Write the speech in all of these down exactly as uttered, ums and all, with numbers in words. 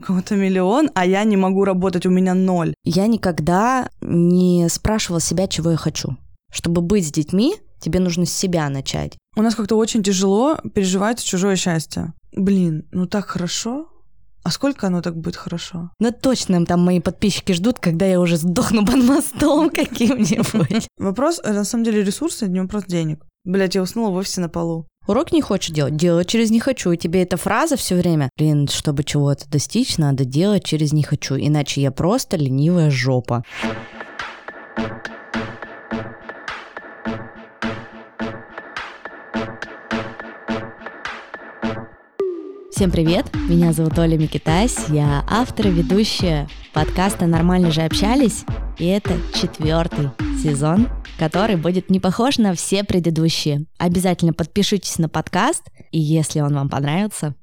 у кого-то миллион, а я не могу работать, у меня ноль. Я никогда не спрашивала себя, чего я хочу. Чтобы быть с детьми, тебе нужно с себя начать. У нас как-то очень тяжело переживать чужое счастье. Блин, ну так хорошо. А сколько оно так будет хорошо? Ну точно там мои подписчики ждут, когда я уже сдохну под мостом каким-нибудь. Вопрос, на самом деле, ресурсы, это не вопрос денег. Блять, я уснула в офисе на полу. Урок не хочешь делать? Делать через «не хочу». И тебе эта фраза все время: блин, чтобы чего-то достичь, надо делать через «не хочу», иначе я просто ленивая жопа. Всем привет, меня зовут Оля Микитась, я автор и ведущая подкаста «Нормально же общались», и это четвертый сезон, который будет не похож на все предыдущие. Обязательно подпишитесь на подкаст, и если он вам понравился,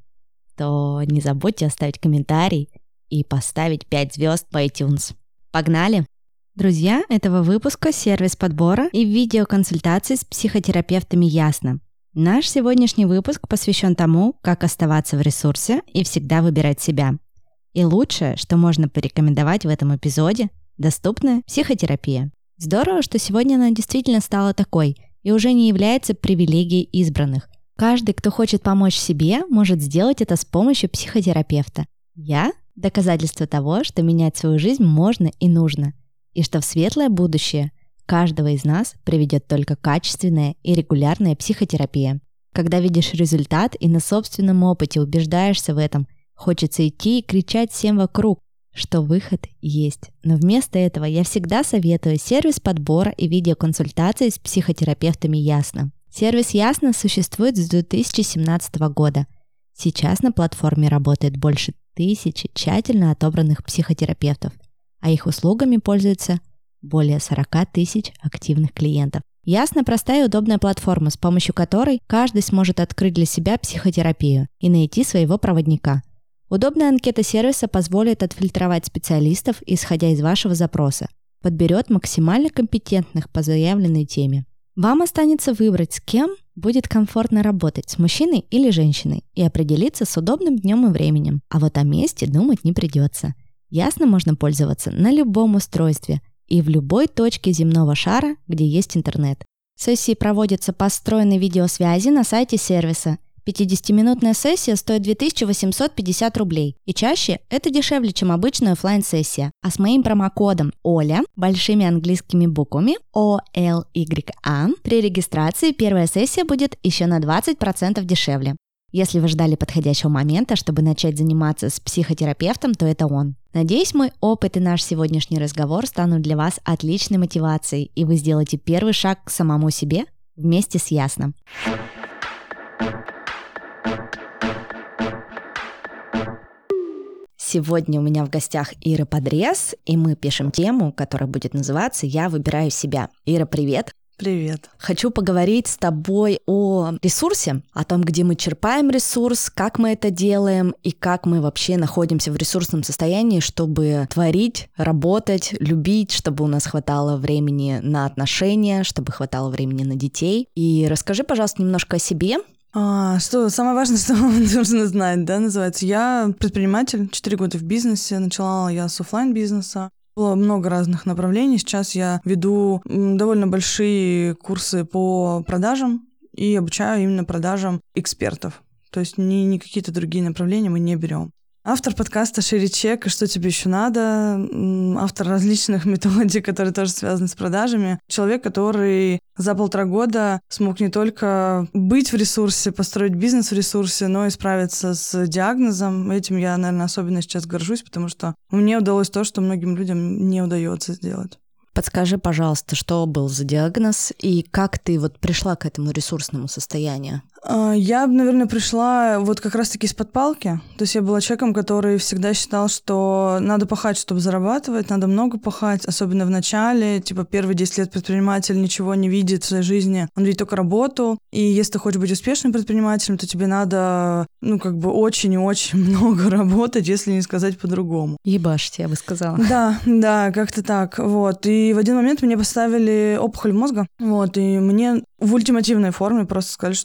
то не забудьте оставить комментарий и поставить пять звезд по iTunes. Погнали! Друзья этого выпуска — сервис подбора и видеоконсультаций с психотерапевтами «Ясно». Наш сегодняшний выпуск посвящен тому, как оставаться в ресурсе и всегда выбирать себя. И лучшее, что можно порекомендовать в этом эпизоде – доступная психотерапия. Здорово, что сегодня она действительно стала такой и уже не является привилегией избранных. Каждый, кто хочет помочь себе, может сделать это с помощью психотерапевта. Я – доказательство того, что менять свою жизнь можно и нужно, и что в светлое будущее каждого из нас приведет только качественная и регулярная психотерапия. Когда видишь результат и на собственном опыте убеждаешься в этом, хочется идти и кричать всем вокруг, что выход есть. Но вместо этого я всегда советую сервис подбора и видеоконсультаций с психотерапевтами «Ясно». Сервис «Ясно» существует с две тысячи семнадцатого года. Сейчас на платформе работает больше тысячи тщательно отобранных психотерапевтов, а их услугами пользуются более сорок тысяч активных клиентов. «Ясно» — простая и удобная платформа, с помощью которой каждый сможет открыть для себя психотерапию и найти своего проводника. Удобная анкета сервиса позволит отфильтровать специалистов, исходя из вашего запроса, подберет максимально компетентных по заявленной теме. Вам останется выбрать, с кем будет комфортно работать, с мужчиной или женщиной, и определиться с удобным днем и временем. А вот о месте думать не придется. «Ясно» можно пользоваться на любом устройстве и в любой точке земного шара, где есть интернет. Сессии проводятся по встроенной видеосвязи на сайте сервиса. пятидесятиминутная сессия стоит две тысячи восемьсот пятьдесят рублей. И чаще это дешевле, чем обычная офлайн-сессия. А с моим промокодом Оля, большими английскими буквами О Л Y A, при регистрации первая сессия будет еще на двадцать процентов дешевле. Если вы ждали подходящего момента, чтобы начать заниматься с психотерапевтом, то это он. Надеюсь, мой опыт и наш сегодняшний разговор станут для вас отличной мотивацией, и вы сделаете первый шаг к самому себе вместе с «Ясно». Сегодня у меня в гостях Ира Подрез, и мы пишем тему, которая будет называться «Я выбираю себя». Ира, привет! Привет. Хочу поговорить с тобой о ресурсе, о том, где мы черпаем ресурс, как мы это делаем и как мы вообще находимся в ресурсном состоянии, чтобы творить, работать, любить, чтобы у нас хватало времени на отношения, чтобы хватало времени на детей. И расскажи, пожалуйста, немножко о себе. А, что самое важное, что вам нужно знать, да, называется. Я предприниматель, четыре года в бизнесе, начала я с офлайн-бизнеса. Было много разных направлений. Сейчас я веду довольно большие курсы по продажам и обучаю именно продажам экспертов. То есть ни, ни какие-то другие направления мы не берем. Автор подкаста «Шире чек» и «Что тебе еще надо?», автор различных методик, которые тоже связаны с продажами. Человек, который за полтора года смог не только быть в ресурсе, построить бизнес в ресурсе, но и справиться с диагнозом. Этим я, наверное, особенно сейчас горжусь, потому что мне удалось то, что многим людям не удается сделать. Подскажи, пожалуйста, что был за диагноз и как ты вот пришла к этому ресурсному состоянию? Я, наверное, пришла вот как раз-таки из-под палки. То есть я была человеком, который всегда считал, что надо пахать, чтобы зарабатывать, надо много пахать, особенно в начале. Типа первые десять лет предприниматель ничего не видит в своей жизни, он видит только работу. И если ты хочешь быть успешным предпринимателем, то тебе надо, ну, как бы очень и очень много работать, если не сказать по-другому. Ебашить, я бы сказала. Да, да, как-то так. Вот. И в один момент мне поставили опухоль мозга. Вот. И мне в ультимативной форме просто сказали, что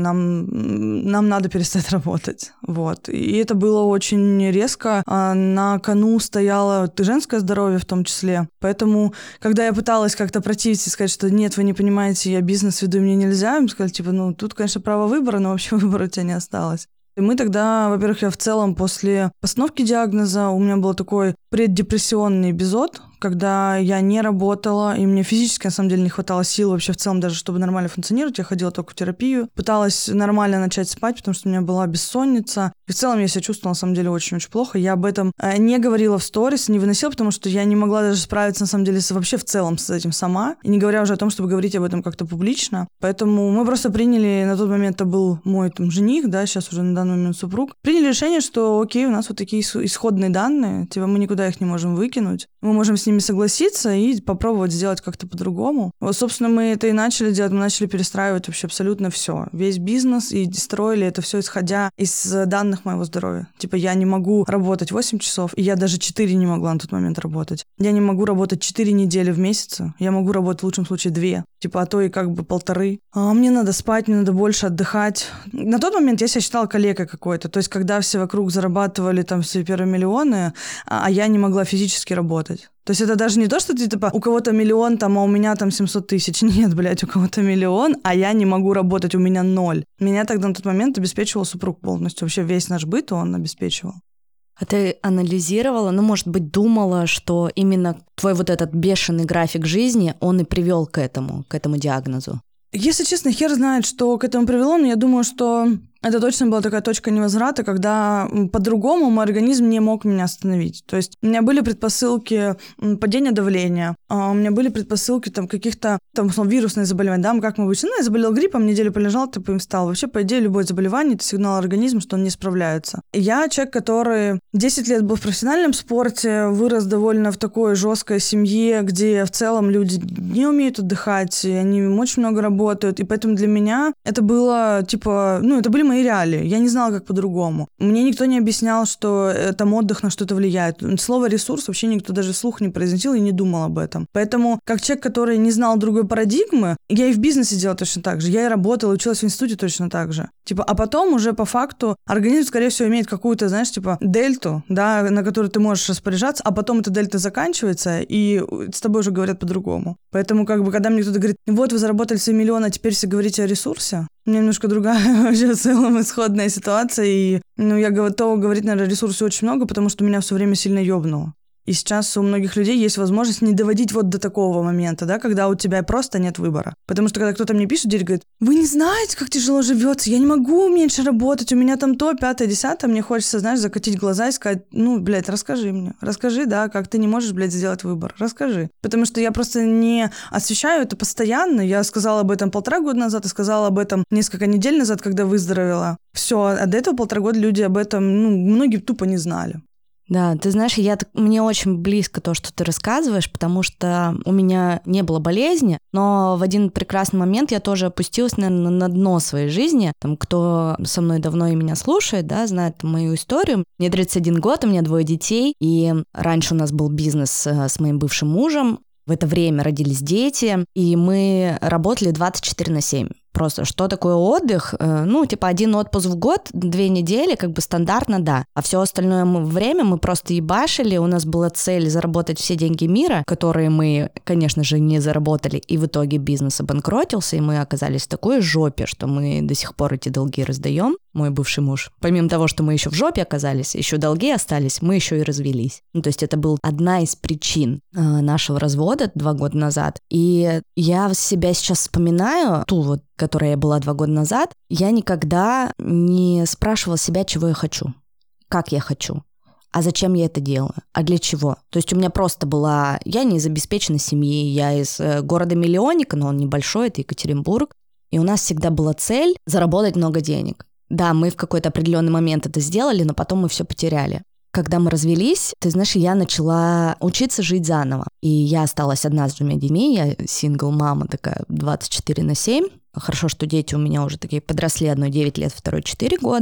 нам, нам надо перестать работать. Вот. И это было очень резко. На кону стояло женское здоровье в том числе. Поэтому, когда я пыталась как-то противиться и сказать, что нет, вы не понимаете, я бизнес веду, мне нельзя, им сказали, типа, ну, тут, конечно, право выбора, но вообще выбора у тебя не осталось. И мы тогда, во-первых, я в целом после постановки диагноза, у меня был такой преддепрессионный эпизод, когда я не работала, и мне физически, на самом деле, не хватало сил вообще в целом даже, чтобы нормально функционировать. Я ходила только в терапию, пыталась нормально начать спать, потому что у меня была бессонница. И в целом я себя чувствовала, на самом деле, очень-очень плохо. Я об этом не говорила в сторис, не выносила, потому что я не могла даже справиться, на самом деле, вообще в целом с этим сама. И не говоря уже о том, чтобы говорить об этом как-то публично. Поэтому мы просто приняли, на тот момент это был мой там жених, да, сейчас уже на данный момент супруг, приняли решение, что окей, у нас вот такие исходные данные, типа мы никуда их не можем выкинуть. Мы можем с ними согласиться и попробовать сделать как-то по-другому. Вот, собственно, мы это и начали делать. Мы начали перестраивать вообще абсолютно все. Весь бизнес, и строили это все исходя из данных моего здоровья. Типа я не могу работать восемь часов, и я даже четыре не могла на тот момент работать. Я не могу работать четыре недели в месяц. Я могу работать в лучшем случае две. Типа, а то и как бы полторы. А мне надо спать, мне надо больше отдыхать. На тот момент я себя считала калекой какой-то. То есть, когда все вокруг зарабатывали там свои первые миллионы, а я не могла физически работать. То есть это даже не то, что ты, типа, у кого-то миллион, там, а у меня там семьсот тысяч. Нет, блядь, у кого-то миллион, а я не могу работать, у меня ноль. Меня тогда на тот момент обеспечивал супруг полностью. Вообще весь наш быт он обеспечивал. А ты анализировала, ну, может быть, думала, что именно твой вот этот бешеный график жизни, он и привел к этому, к этому диагнозу? Если честно, хер знает, что к этому привело, но я думаю, что это точно была такая точка невозврата, когда по-другому мой организм не мог меня остановить. То есть у меня были предпосылки падения давления, у меня были предпосылки там, каких-то там, условно, вирусных заболеваний. Да, как мы обычно, ну, я заболел гриппом, неделю полежал, типа им встал. Вообще, по идее, любое заболевание – это сигнал организма, что он не справляется. Я человек, который десять лет был в профессиональном спорте, вырос довольно в такой жесткой семье, где в целом люди не умеют отдыхать, и они очень много работают. И поэтому для меня это было, типа, ну, это были мои реалии. Я не знала, как по-другому. Мне никто не объяснял, что там отдых на что-то влияет. Слово «ресурс» вообще никто даже вслух не произносил и не думал об этом. Поэтому, как человек, который не знал другой парадигмы, я и в бизнесе делала точно так же. Я и работала, училась в институте точно так же. Типа, а потом уже по факту организм, скорее всего, имеет какую-то, знаешь, типа, дельту, да, на которую ты можешь распоряжаться, а потом эта дельта заканчивается, и с тобой уже говорят по-другому. Поэтому, как бы, когда мне кто-то говорит, вот, вы заработали свои миллионы, а теперь все говорите о ресурсе, у меня немножко другая вообще в целом исходная ситуация, и, ну, я готова говорить, наверное, о ресурсе очень много, потому что меня все время сильно ёбнуло. И сейчас у многих людей есть возможность не доводить вот до такого момента, да, когда у тебя просто нет выбора. Потому что когда кто-то мне пишет, говорит, вы не знаете, как тяжело живется, я не могу меньше работать, у меня там то, пятое, десятое, мне хочется, знаешь, закатить глаза и сказать, ну, блядь, расскажи мне, расскажи, да, как ты не можешь, блядь, сделать выбор, расскажи. Потому что я просто не освещаю это постоянно, я сказала об этом полтора года назад и сказала об этом несколько недель назад, когда выздоровела. Все, а до этого полтора года люди об этом, ну, многие тупо не знали. Да, ты знаешь, я, мне очень близко то, что ты рассказываешь, потому что у меня не было болезни, но в один прекрасный момент я тоже опустилась, наверное, на дно своей жизни. Там, кто со мной давно и меня слушает, да, знает мою историю. Мне тридцать один год, у меня двое детей, и раньше у нас был бизнес с моим бывшим мужем. В это время родились дети, и мы работали двадцать четыре на семь. Просто что такое отдых? Ну, типа один отпуск в год, две недели, как бы стандартно, да. А все остальное время мы просто ебашили. У нас была цель заработать все деньги мира, которые мы, конечно же, не заработали. И в итоге бизнес обанкротился, и мы оказались в такой жопе, что мы до сих пор эти долги раздаем. Мой бывший муж. Помимо того, что мы еще в жопе оказались, еще долги остались, мы еще и развелись. Ну, то есть это была одна из причин э, нашего развода два года назад. И я себя сейчас вспоминаю, ту вот, которая я была два года назад, я никогда не спрашивала себя, чего я хочу, как я хочу, а зачем я это делаю, а для чего. То есть у меня просто была... Я не из обеспеченной семьи, я из города-миллионника, но он небольшой, это Екатеринбург, и у нас всегда была цель заработать много денег. Да, мы в какой-то определенный момент это сделали, но потом мы все потеряли. Когда мы развелись, ты знаешь, я начала учиться жить заново. И я осталась одна с двумя детьми, я сингл-мама такая двадцать четыре на семь. Хорошо, что дети у меня уже такие подросли, одной девять лет, второй четыре года.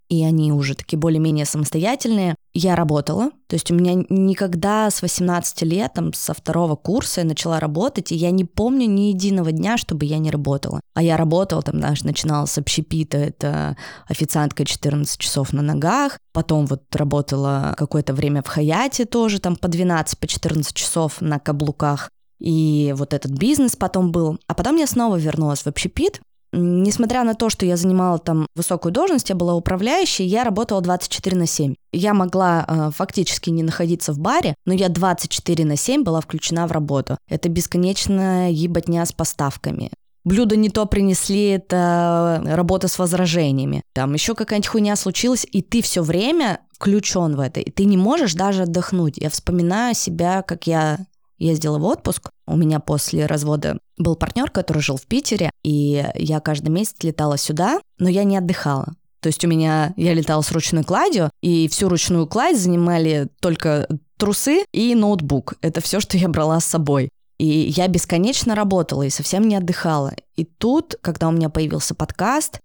и они уже такие более-менее самостоятельные. Я работала, то есть у меня никогда с восемнадцати лет, там, со второго курса я начала работать, и я не помню ни единого дня, чтобы я не работала. А я работала, там, знаешь, начинала с общепита, это официантка четырнадцать часов на ногах, потом вот работала какое-то время в Хаяте тоже, там, по двенадцать, по четырнадцать часов на каблуках, и вот этот бизнес потом был. А потом я снова вернулась в общепит. Несмотря на то, что я занимала там высокую должность, я была управляющей, я работала двадцать четыре на семь. Я могла э, фактически не находиться в баре, но я двадцать четыре на семь была включена в работу. Это бесконечная ебатня с поставками. Блюдо не то принесли, это работа с возражениями. Там еще какая-нибудь хуйня случилась, и ты все время включен в это. И ты не можешь даже отдохнуть. Я вспоминаю себя, как я ездила в отпуск. У меня после развода был партнер, который жил в Питере, и я каждый месяц летала сюда, но я не отдыхала. То есть у меня, я летала с ручной кладью, и всю ручную кладь занимали только трусы и ноутбук. Это все, что я брала с собой. И я бесконечно работала и совсем не отдыхала. И тут, когда у меня появился подкаст,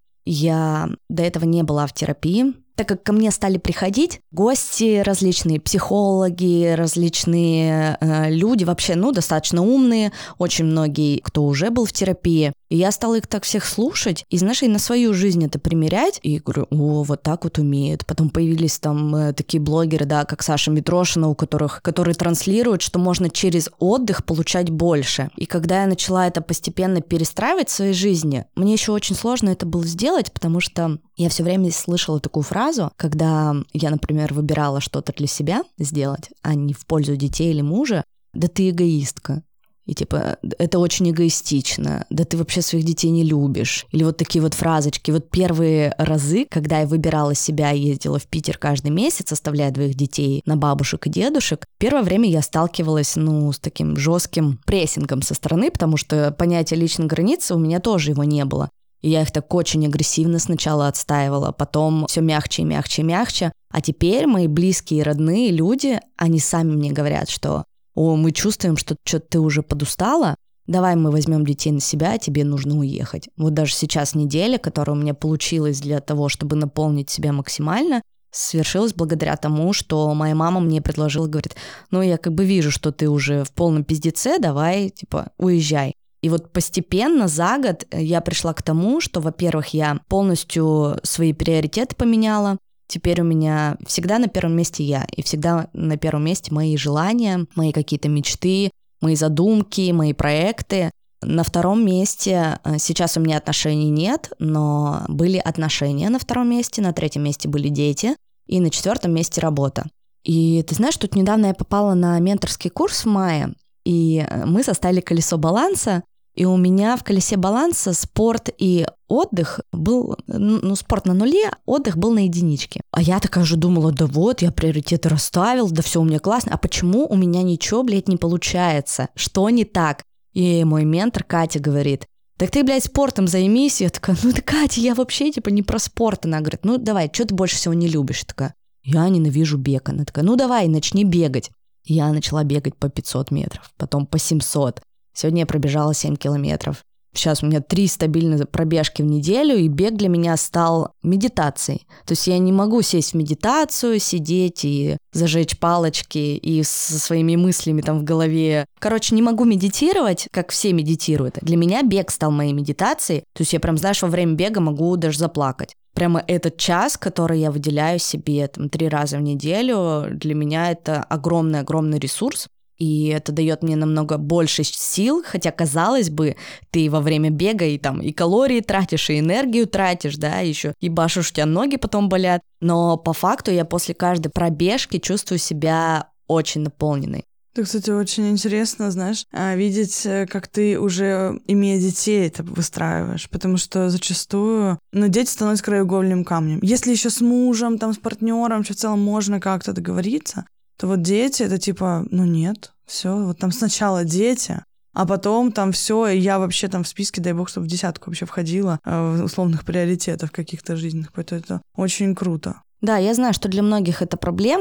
я до этого не была в терапии, так как ко мне стали приходить гости, различные психологи, различные э, люди, вообще, ну, достаточно умные, очень многие, кто уже был в терапии. И я стала их так всех слушать, и, знаешь, и на свою жизнь это примерять, и говорю, о, вот так вот умеют. Потом появились там э, такие блогеры, да, как Саша Митрошина, у которых, которые транслируют, что можно через отдых получать больше. И когда я начала это постепенно перестраивать в своей жизни, мне еще очень сложно это было сделать, потому что я все время слышала такую фразу, когда я, например, выбирала что-то для себя сделать, а не в пользу детей или мужа, да ты эгоистка. И типа, это очень эгоистично, да ты вообще своих детей не любишь. Или вот такие вот фразочки. Вот первые разы, когда я выбирала себя и ездила в Питер каждый месяц, оставляя двоих детей на бабушек и дедушек, первое время я сталкивалась, ну, с таким жестким прессингом со стороны, потому что понятие личной границы у меня тоже его не было. И я их так очень агрессивно сначала отстаивала, потом все мягче и мягче и мягче. А теперь мои близкие и родные люди, они сами мне говорят, что «О, мы чувствуем, что что-то ты уже подустала, давай мы возьмем детей на себя, тебе нужно уехать». Вот даже сейчас неделя, которая у меня получилась для того, чтобы наполнить себя максимально, свершилась благодаря тому, что моя мама мне предложила, говорит, ну я как бы вижу, что ты уже в полном пиздеце, давай, типа, уезжай. И вот постепенно за год я пришла к тому, что, во-первых, я полностью свои приоритеты поменяла. Теперь у меня всегда на первом месте я, и всегда на первом месте мои желания, мои какие-то мечты, мои задумки, мои проекты. На втором месте сейчас у меня отношений нет, но были отношения на втором месте, на третьем месте были дети, и на четвертом месте работа. И ты знаешь, тут недавно я попала на менторский курс в мае, и мы составили колесо баланса, и у меня в колесе баланса спорт и отдых был, ну, спорт на нуле, отдых был на единичке. А я такая же думала, да вот, я приоритеты расставил, да все у меня классно, а почему у меня ничего, блядь, не получается? Что не так? И мой ментор Катя говорит, так ты, блядь, спортом займись. Я такая, ну да, Катя, я вообще, типа, не про спорт. Она говорит, ну давай, что ты больше всего не любишь? Я такая, я ненавижу бег. Она такая, ну давай, начни бегать. Я начала бегать по пятьсот метров, потом по семьсот. Сегодня я пробежала семь километров. Сейчас у меня три стабильные пробежки в неделю, и бег для меня стал медитацией. То есть я не могу сесть в медитацию, сидеть и зажечь палочки и со своими мыслями там в голове. Короче, не могу медитировать, как все медитируют. Для меня бег стал моей медитацией. То есть я прям, знаешь, во время бега могу даже заплакать. Прямо этот час, который я выделяю себе там три раза в неделю, для меня это огромный-огромный ресурс. И это дает мне намного больше сил, хотя, казалось бы, ты во время бега и там и калории тратишь, и энергию тратишь, да, еще и башишь, у тебя ноги потом болят. Но по факту я после каждой пробежки чувствую себя очень наполненной. Это, кстати, очень интересно, знаешь, видеть, как ты уже, имея детей, это выстраиваешь, потому что зачастую, ну, дети становятся краеугольным камнем. Если еще с мужем, там, с партнером, в целом можно как-то договориться, то вот дети, это типа, ну нет, все, вот там сначала дети, а потом там все, и я вообще там в списке, дай бог, чтобы в десятку вообще входила э, условных приоритетов каких-то жизненных, поэтому это очень круто. Да, я знаю, что для многих это проблема,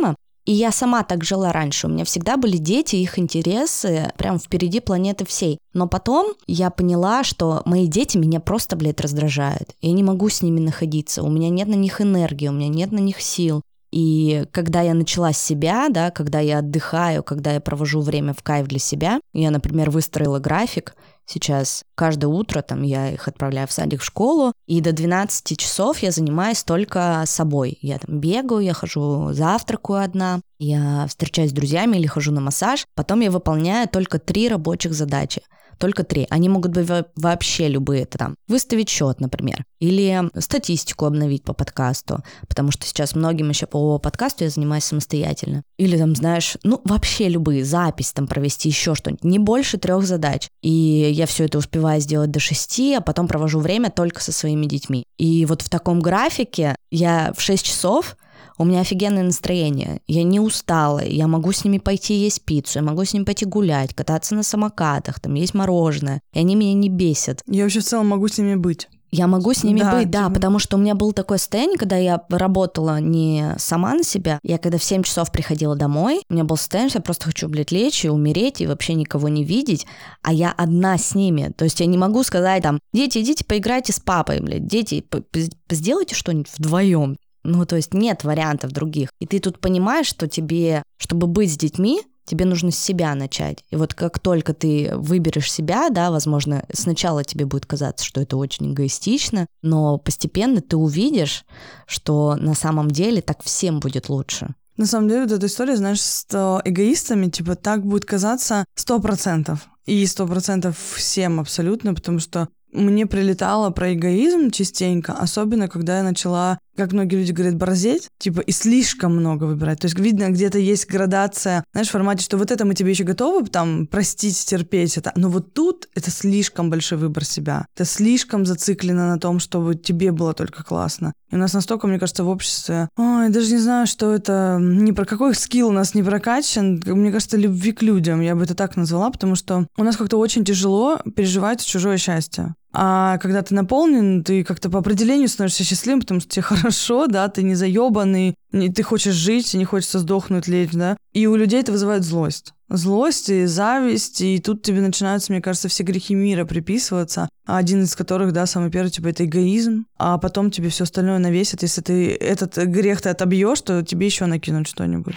И я сама так жила раньше. У меня всегда были дети, их интересы прям впереди планеты всей. Но потом я поняла, что мои дети меня просто, блядь, раздражают. Я не могу с ними находиться. У меня нет на них энергии, у меня нет на них сил. И когда я начала с себя, да, когда я отдыхаю, когда я провожу время в кайф для себя, я, например, выстроила график. Сейчас каждое утро там я их отправляю в садик, в школу, и до двенадцати часов я занимаюсь только собой. Я там бегаю, я хожу, завтракаю одна, я встречаюсь с друзьями или хожу на массаж. Потом я выполняю только три рабочих задачи. Только три. Они могут быть вообще любые. Это там выставить счет, например, или статистику обновить по подкасту, потому что сейчас многим еще по подкасту я занимаюсь самостоятельно. Или там, знаешь, ну вообще любые, запись там провести, еще что-нибудь. Не больше трех задач. И я все это успеваю сделать до шести, а потом провожу время только со своими детьми. И вот в таком графике я в шесть часов у меня офигенное настроение, я не устала, я могу с ними пойти есть пиццу, я могу с ними пойти гулять, кататься на самокатах, там есть мороженое, и они меня не бесят. Я вообще в целом могу с ними быть. Я могу с ними да, быть, да, типа... потому что у меня было такое состояние, когда я работала не сама на себя, я когда в семь часов приходила домой, у меня было состояние, что я просто хочу, блядь, лечь и умереть, и вообще никого не видеть, а я одна с ними, то есть я не могу сказать там, дети, идите поиграйте с папой, блядь, дети, сделайте что-нибудь вдвоем. Ну, то есть нет вариантов других. И ты тут понимаешь, что тебе, чтобы быть с детьми, тебе нужно с себя начать. И вот как только ты выберешь себя, да, возможно, сначала тебе будет казаться, что это очень эгоистично, но постепенно ты увидишь, что на самом деле так всем будет лучше. На самом деле, вот эта история, знаешь, с эгоистами, типа, так будет казаться сто процентов. И сто процентов всем абсолютно, потому что мне прилетало про эгоизм частенько, особенно когда я начала, как многие люди говорят, борзеть, типа, и слишком много выбирать. То есть, видно, где-то есть градация, знаешь, в формате, что вот это мы тебе еще готовы, там, простить, терпеть это, но вот тут это слишком большой выбор себя. Это слишком зациклено на том, чтобы тебе было только классно. И у нас настолько, мне кажется, в обществе, ой, даже не знаю, что это, не про какой скилл у нас не прокачан, мне кажется, любви к людям, я бы это так назвала, потому что у нас как-то очень тяжело переживать чужое счастье. А когда ты наполнен, ты как-то по определению становишься счастливым, потому что тебе хорошо, да, ты не заебанный, ты хочешь жить, не хочется сдохнуть, лечь, да. И у людей это вызывает злость. Злость и зависть, и тут тебе начинаются, мне кажется, все грехи мира приписываться, один из которых, да, самый первый, типа, это эгоизм, а потом тебе все остальное навесят. Если ты этот грех ты отобьешь, то тебе еще накинут что-нибудь.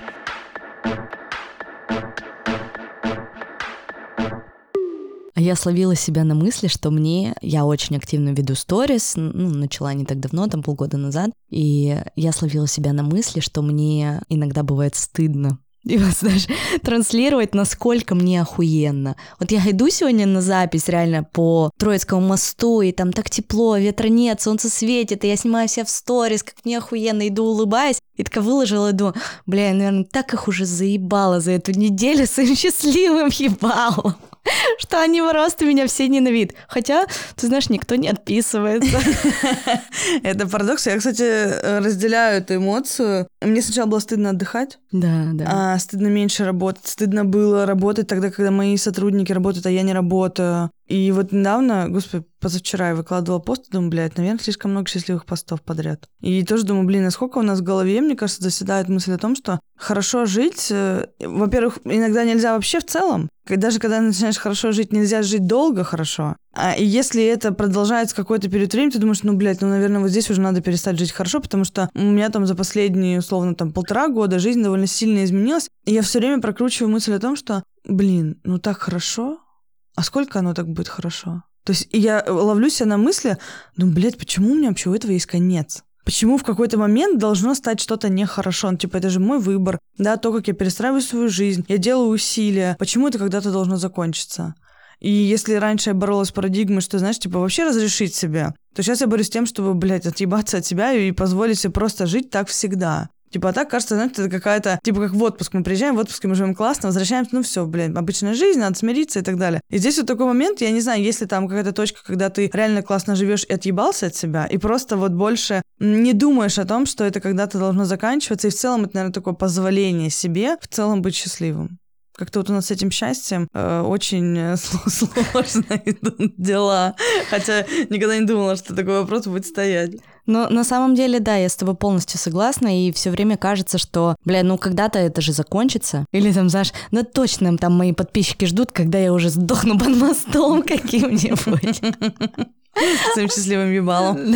А я словила себя на мысли, что мне... Я очень активно веду сторис, ну, начала не так давно, там полгода назад, и я словила себя на мысли, что мне иногда бывает стыдно. И вот, знаешь, транслировать, насколько мне охуенно. Вот я иду сегодня на запись реально по Троицкому мосту, и там так тепло, ветра нет, солнце светит, и я снимаю себя в сторис, как мне охуенно, иду улыбаясь, и такая выложила, и думаю, бля, я, наверное, так их уже заебала за эту неделю своим счастливым ебалом, что они просто меня все ненавидят. Хотя, ты знаешь, никто не отписывается. Это парадокс. Я, кстати, разделяю эту эмоцию. Мне сначала было стыдно отдыхать. Да, да. А, стыдно меньше работать. Стыдно было работать тогда, когда мои сотрудники работают, а я не работаю. И вот недавно, господи, позавчера я выкладывала пост, думаю, блядь, наверное, слишком много счастливых постов подряд. И тоже думаю, блин, насколько у нас в голове, мне кажется, заседает мысль о том, что хорошо жить, э, во-первых, иногда нельзя вообще в целом. Даже когда начинаешь хорошо жить, нельзя жить долго хорошо. А, и если это продолжается какой-то период времени, ты думаешь, ну, блядь, ну, наверное, вот здесь уже надо перестать жить хорошо, потому что у меня там за последние, условно, там полтора года жизнь довольно сильно изменилась. И я все время прокручиваю мысль о том, что, блин, ну так хорошо, а сколько оно так будет хорошо? То есть я ловлю себя на мысли, ну, блядь, почему у меня вообще у этого есть конец? Почему в какой-то момент должно стать что-то нехорошо? Ну, типа, это же мой выбор, да, то, как я перестраиваю свою жизнь, я делаю усилия. Почему это когда-то должно закончиться? И если раньше я боролась с парадигмой, что, знаешь, типа, вообще разрешить себе, то сейчас я борюсь с тем, чтобы, блядь, отъебаться от себя и позволить себе просто жить так всегда. Типа, а так кажется, знаете, это какая-то... Типа, как в отпуск. Мы приезжаем в отпуск, мы живем классно, возвращаемся, ну все, блин, обычная жизнь, надо смириться и так далее. И здесь вот такой момент, я не знаю, если там какая-то точка, когда ты реально классно живешь и отъебался от себя, и просто вот больше не думаешь о том, что это когда-то должно заканчиваться, и в целом это, наверное, такое позволение себе в целом быть счастливым. Как-то вот у нас с этим счастьем э, очень сложно идут дела. Хотя никогда не думала, что такой вопрос будет стоять. Но на самом деле, да, я с тобой полностью согласна, и все время кажется, что, бля, ну когда-то это же закончится. Или там, знаешь, ну точно там мои подписчики ждут, когда я уже сдохну под мостом каким-нибудь. Своим счастливым ебалом.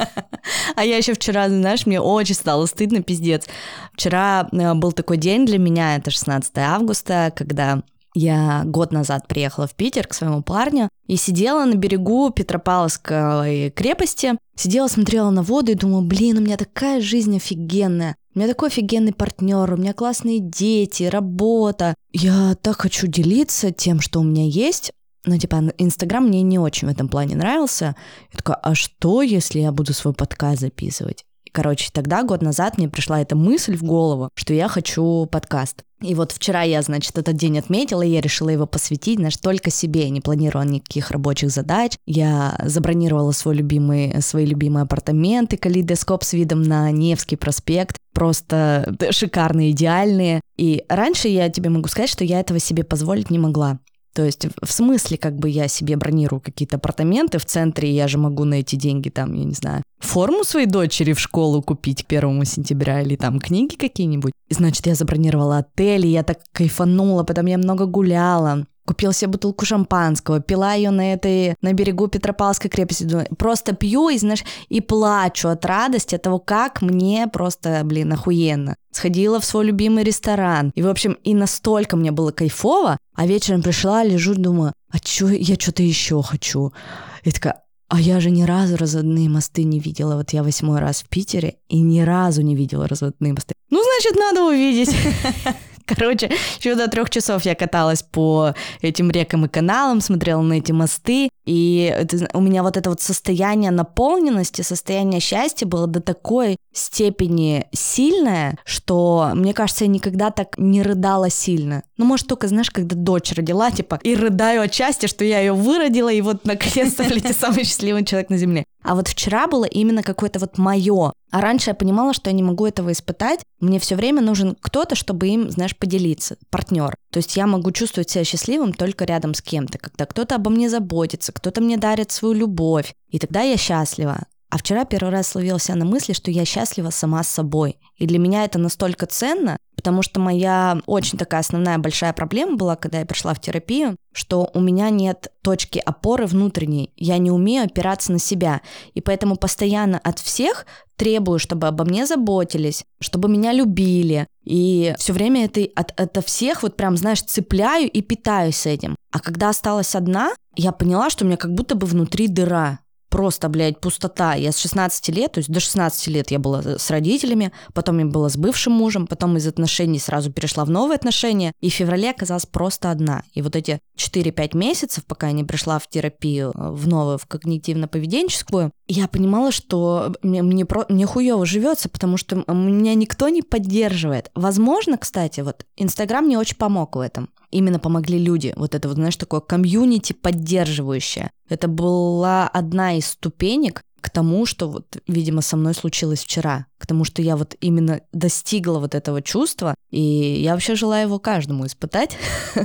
А я еще вчера, знаешь, мне очень стало стыдно, пиздец. Вчера был такой день для меня, это шестнадцатое августа, когда я год назад приехала в Питер к своему парню и сидела на берегу Петропавловской крепости, сидела, смотрела на воду и думала, блин, у меня такая жизнь офигенная, у меня такой офигенный партнер, у меня классные дети, работа. Я так хочу делиться тем, что у меня есть. Ну, типа, Инстаграм мне не очень в этом плане нравился. Я такая, а что, если я буду свой подкаст записывать? Короче, тогда, год назад, мне пришла эта мысль в голову, что я хочу подкаст. И вот вчера я, значит, этот день отметила, и я решила его посвятить, знаешь, только себе. Я не планировала никаких рабочих задач. Я забронировала свой любимый, свои любимые апартаменты, калейдоскоп с видом на Невский проспект. Просто шикарные, идеальные. И раньше я тебе могу сказать, что я этого себе позволить не могла. То есть в смысле, как бы я себе бронирую какие-то апартаменты в центре, и я же могу на эти деньги, там, я не знаю, форму своей дочери в школу купить к первому сентября или там книги какие-нибудь. И, значит, я забронировала отель, и я так кайфанула, потом я много гуляла. Купила себе бутылку шампанского, пила ее на этой, на берегу Петропавловской крепости. Просто пью и, знаешь, и плачу от радости, от того, как мне просто, блин, охуенно. Сходила в свой любимый ресторан. И, в общем, и настолько мне было кайфово, а вечером пришла, лежу, думаю, а чё, я что-то еще хочу. И такая, а я же ни разу разводные мосты не видела. Вот я восьмой раз в Питере и ни разу не видела разводные мосты. Ну, значит, надо увидеть. Короче, еще до трех часов я каталась по этим рекам и каналам, смотрела на эти мосты, и это, у меня вот это вот состояние наполненности, состояние счастья было до такой степени сильное, что, мне кажется, я никогда так не рыдала сильно. Ну, может, только, знаешь, когда дочь родила, типа, и рыдаю от счастья, что я ее выродила, и вот, наконец-то, блядь, самый счастливый человек на земле. А вот вчера было именно какое-то вот мое. А раньше я понимала, что я не могу этого испытать. Мне все время нужен кто-то, чтобы им, знаешь, поделиться, партнер. То есть я могу чувствовать себя счастливым только рядом с кем-то, когда кто-то обо мне заботится, кто-то мне дарит свою любовь, и тогда я счастлива. А вчера первый раз словила себя на мысли, что я счастлива сама с собой. И для меня это настолько ценно, потому что моя очень такая основная большая проблема была, когда я пришла в терапию, что у меня нет точки опоры внутренней, я не умею опираться на себя, и поэтому постоянно от всех требую, чтобы обо мне заботились, чтобы меня любили, и все время это от, ото всех вот прям, знаешь, цепляю и питаюсь этим. А когда осталась одна, я поняла, что у меня как будто бы внутри дыра. Просто, блядь, пустота. Я с шестнадцати лет, то есть до шестнадцати лет я была с родителями, потом я была с бывшим мужем, потом из отношений сразу перешла в новые отношения, и в феврале оказалась просто одна. И вот эти четыре-пять месяцев, пока я не пришла в терапию, в новую, в когнитивно-поведенческую, я понимала, что мне, мне, про, мне хуёво живется, потому что меня никто не поддерживает. Возможно, кстати, вот Инстаграм мне очень помог в этом. Именно помогли люди. Вот это вот, знаешь, такое комьюнити поддерживающее. Это была одна из ступенек к тому, что вот, видимо, со мной случилось вчера. К тому, что я вот именно достигла вот этого чувства. И я вообще желаю его каждому испытать.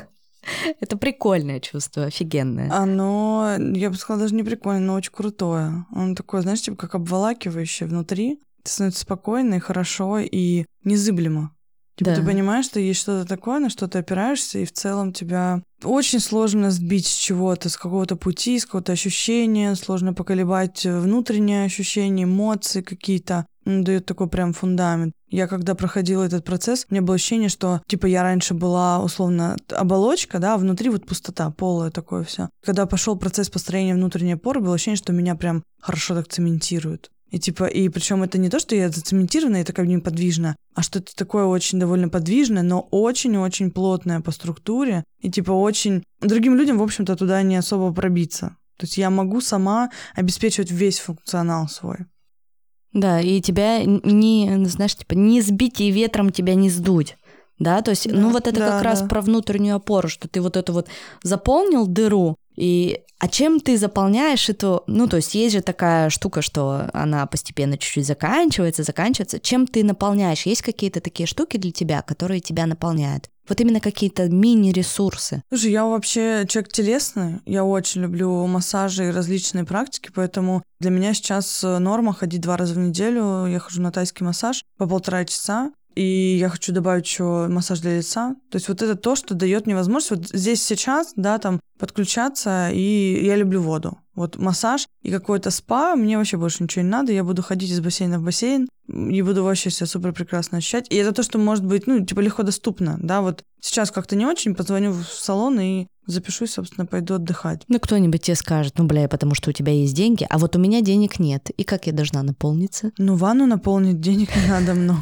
Это прикольное чувство, офигенное. Оно, я бы сказала, даже не прикольное, но очень крутое. Оно такое, знаешь, типа как обволакивающее внутри. Ты становится спокойно и хорошо, и незыблемо. Типа, да. Ты понимаешь, что есть что-то такое, на что ты опираешься, и в целом тебя очень сложно сбить с чего-то, с какого-то пути, с какого-то ощущения, сложно поколебать внутренние ощущения, эмоции какие-то. Он дает такой прям фундамент. Я когда проходила этот процесс, у меня было ощущение, что, типа, я раньше была, условно, оболочка, да, а внутри вот пустота, полое такое все. Когда пошел процесс построения внутренней опоры, было ощущение, что меня прям хорошо так цементируют. И типа, и причем это не то, что я зацементирована и такая неподвижна, а что это такое очень довольно подвижное, но очень-очень плотное по структуре. И типа очень... Другим людям, в общем-то, туда не особо пробиться. То есть я могу сама обеспечивать весь функционал свой. Да, и тебя не, знаешь, типа, не сбить и ветром тебя не сдуть. Да, то есть, да, ну вот это да, как да. раз про внутреннюю опору, что ты вот это вот заполнил дыру, И а чем ты заполняешь эту... Ну, то есть есть же такая штука, что она постепенно чуть-чуть заканчивается, заканчивается. Чем ты наполняешь? Есть какие-то такие штуки для тебя, которые тебя наполняют? Вот именно какие-то мини-ресурсы. Слушай, я вообще человек телесный, я очень люблю массажи и различные практики, поэтому для меня сейчас норма ходить два раза в неделю. Я хожу на тайский массаж по полтора часа, и я хочу добавить еще массаж для лица. То есть вот это то, что дает мне возможность вот здесь сейчас, да, там подключаться, и я люблю воду. Вот массаж и какой-то спа, мне вообще больше ничего не надо, я буду ходить из бассейна в бассейн, и буду вообще себя супер прекрасно ощущать. И это то, что может быть, ну, типа легко доступно, да, вот сейчас как-то не очень, позвоню в салон и запишусь, собственно, пойду отдыхать. Ну, кто-нибудь тебе скажет, ну, бля, потому что у тебя есть деньги, а вот у меня денег нет, и как я должна наполниться? Ну, ванну наполнить денег не надо много.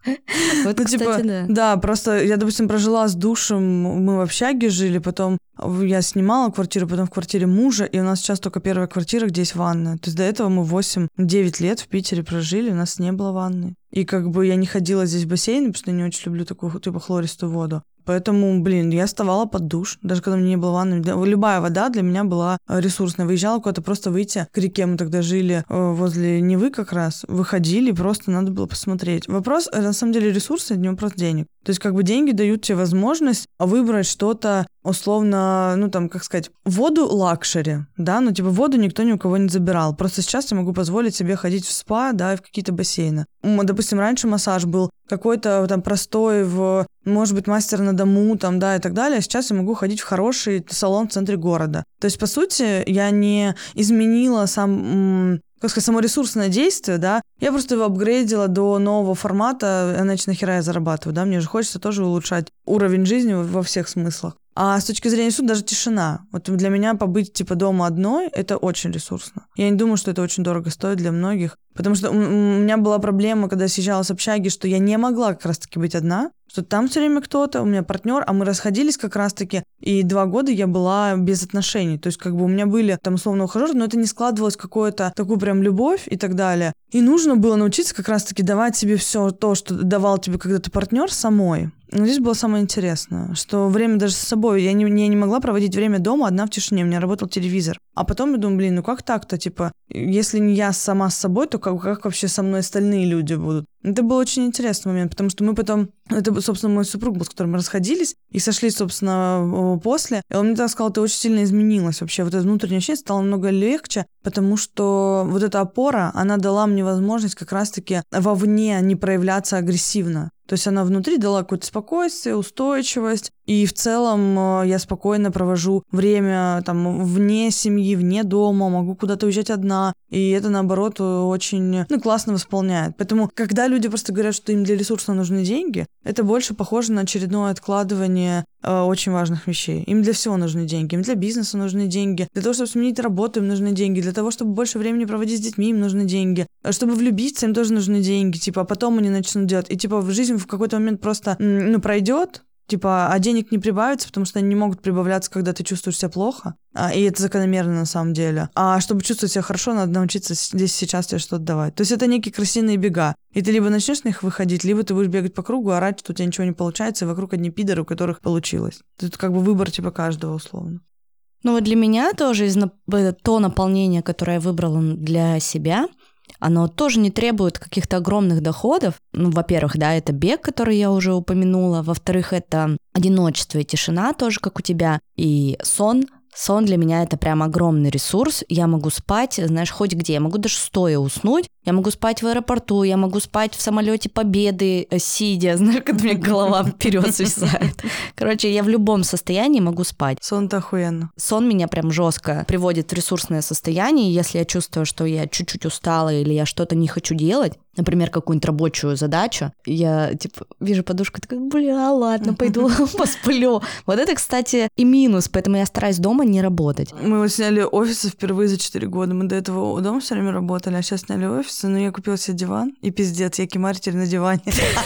Вот, ну, кстати, типа, да. Да, просто я, допустим, прожила с душем, мы в общаге жили, потом я снимала квартиру, потом в квартире мужа, и у нас сейчас только первая квартира, где есть ванная. То есть до этого мы восемь-девять лет в Питере прожили, у нас не было ванны. И как бы я не ходила здесь в бассейн, потому что я не очень люблю такую, типа, хлористую воду. Поэтому, блин, я вставала под душ, даже когда у меня не было ванны. Любая вода для меня была ресурсная. Выезжала куда-то просто выйти к реке. Мы тогда жили возле Невы как раз. Выходили, просто надо было посмотреть. Вопрос, на самом деле, ресурсный, это не вопрос денег. То есть как бы деньги дают тебе возможность выбрать что-то условно, ну там, как сказать, воду лакшери, да, ну типа воду никто ни у кого не забирал. Просто сейчас я могу позволить себе ходить в спа, да, и в какие-то бассейны. Допустим, раньше массаж был какой-то там простой, в, может быть, мастер на дому, там, да, и так далее. А сейчас я могу ходить в хороший салон в центре города. То есть, по сути, я не изменила сам... как сказать, само ресурсное действие, да, я просто его апгрейдила до нового формата, иначе нахера я зарабатываю, да, мне же хочется тоже улучшать уровень жизни во всех смыслах. А с точки зрения ресурса, даже тишина. Вот для меня побыть, типа, дома одной, это очень ресурсно. Я не думаю, что это очень дорого стоит для многих, потому что у меня была проблема, когда я съезжала с общаги, что я не могла как раз-таки быть одна, что там все время кто-то, у меня партнер, а мы расходились как раз-таки, и два года я была без отношений. То есть как бы у меня были там условно ухажеры, но это не складывалось в какую-то такую прям любовь и так далее. И нужно было научиться как раз-таки давать себе все то, что давал тебе когда-то партнер самой. Но здесь было самое интересное, что время даже с собой, я не, я не могла проводить время дома одна в тишине, у меня работал телевизор. А потом я думаю, блин, ну как так-то, типа, если не я сама с собой, то как, как вообще со мной остальные люди будут? Это был очень интересный момент, потому что мы потом, это, собственно, мой супруг был, с которым мы расходились, и сошлись, собственно, после, и он мне так сказал, ты очень сильно изменилась вообще, вот это внутреннее ощущение стало намного легче, потому что вот эта опора, она дала мне возможность как раз-таки вовне не проявляться агрессивно. То есть она внутри дала какое-то спокойствие, устойчивость, и в целом я спокойно провожу время там вне семьи, вне дома, могу куда-то уезжать одна, и это, наоборот, очень ну, классно восполняет. Поэтому, когда люди просто говорят, что им для ресурса нужны деньги, это больше похоже на очередное откладывание э, очень важных вещей. Им для всего нужны деньги, им для бизнеса нужны деньги, для того, чтобы сменить работу, им нужны деньги, для того, чтобы больше времени проводить с детьми, им нужны деньги, чтобы влюбиться, им тоже нужны деньги, типа, а потом они начнут делать. И, типа, в жизнь в какой-то момент просто, ну, пройдет, типа, а денег не прибавится, потому что они не могут прибавляться, когда ты чувствуешь себя плохо, а, и это закономерно на самом деле. А чтобы чувствовать себя хорошо, надо научиться здесь сейчас тебе что-то давать. То есть это некие крысиные бега. И ты либо начнешь на них выходить, либо ты будешь бегать по кругу, орать, что у тебя ничего не получается, и вокруг одни пидоры, у которых получилось. Это как бы выбор типа каждого условно. Ну вот для меня тоже из то наполнение, которое я выбрала для себя, оно тоже не требует каких-то огромных доходов. Ну, во-первых, да, это бег, который я уже упомянула. Во-вторых, это одиночество и тишина тоже, как у тебя. И сон. Сон для меня это прям огромный ресурс. Я могу спать, знаешь, хоть где. Я могу даже стоя уснуть. Я могу спать в аэропорту, я могу спать в самолете Победы, сидя. Знаешь, когда у меня голова вперед свисает. Короче, я в любом состоянии могу спать. Сон-то охуенно. Сон меня прям жестко приводит в ресурсное состояние. Если я чувствую, что я чуть-чуть устала или я что-то не хочу делать, например, какую-нибудь рабочую задачу, я, типа, вижу подушку, такая, бля, ладно, пойду посплю. Вот это, кстати, и минус, поэтому я стараюсь дома не работать. Мы вот сняли офисы впервые за четыре года. Мы до этого дома все время работали, а сейчас сняли офисы. Но я купила себе диван, и пиздец, я кемарь теперь на диване.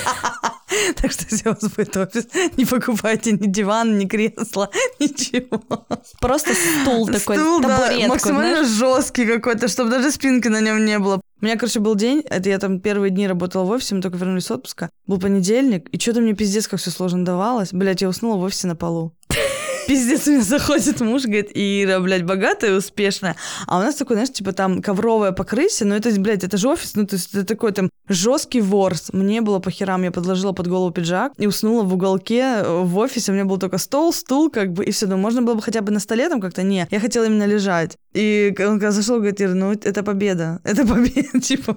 Так что если у вас будет офис, не покупайте ни диван, ни кресло, ничего. Просто стул такой, стул, табуретку, да, максимально знаешь? жесткий какой-то, чтобы даже спинки на нем не было. У меня, короче, был день, это я там первые дни работала в офисе, мы только вернулись с отпуска. Был понедельник, и что-то мне пиздец как все сложно давалось. Блять, я уснула в офисе на полу. пиздец, у меня заходит муж, говорит, Ира, блядь, богатая и успешная. А у нас такой, знаешь, типа там ковровое покрытие, но это, блядь, это же офис, ну, то есть это такой там жесткий ворс. Мне было по херам, я подложила под голову пиджак и уснула в уголке в офисе. У меня был только стол, стул, как бы, и все. Ну, можно было бы хотя бы на столе там как-то. Не, я хотела именно лежать. И он когда зашел, говорит, Ира, ну, это победа. Это победа, типа.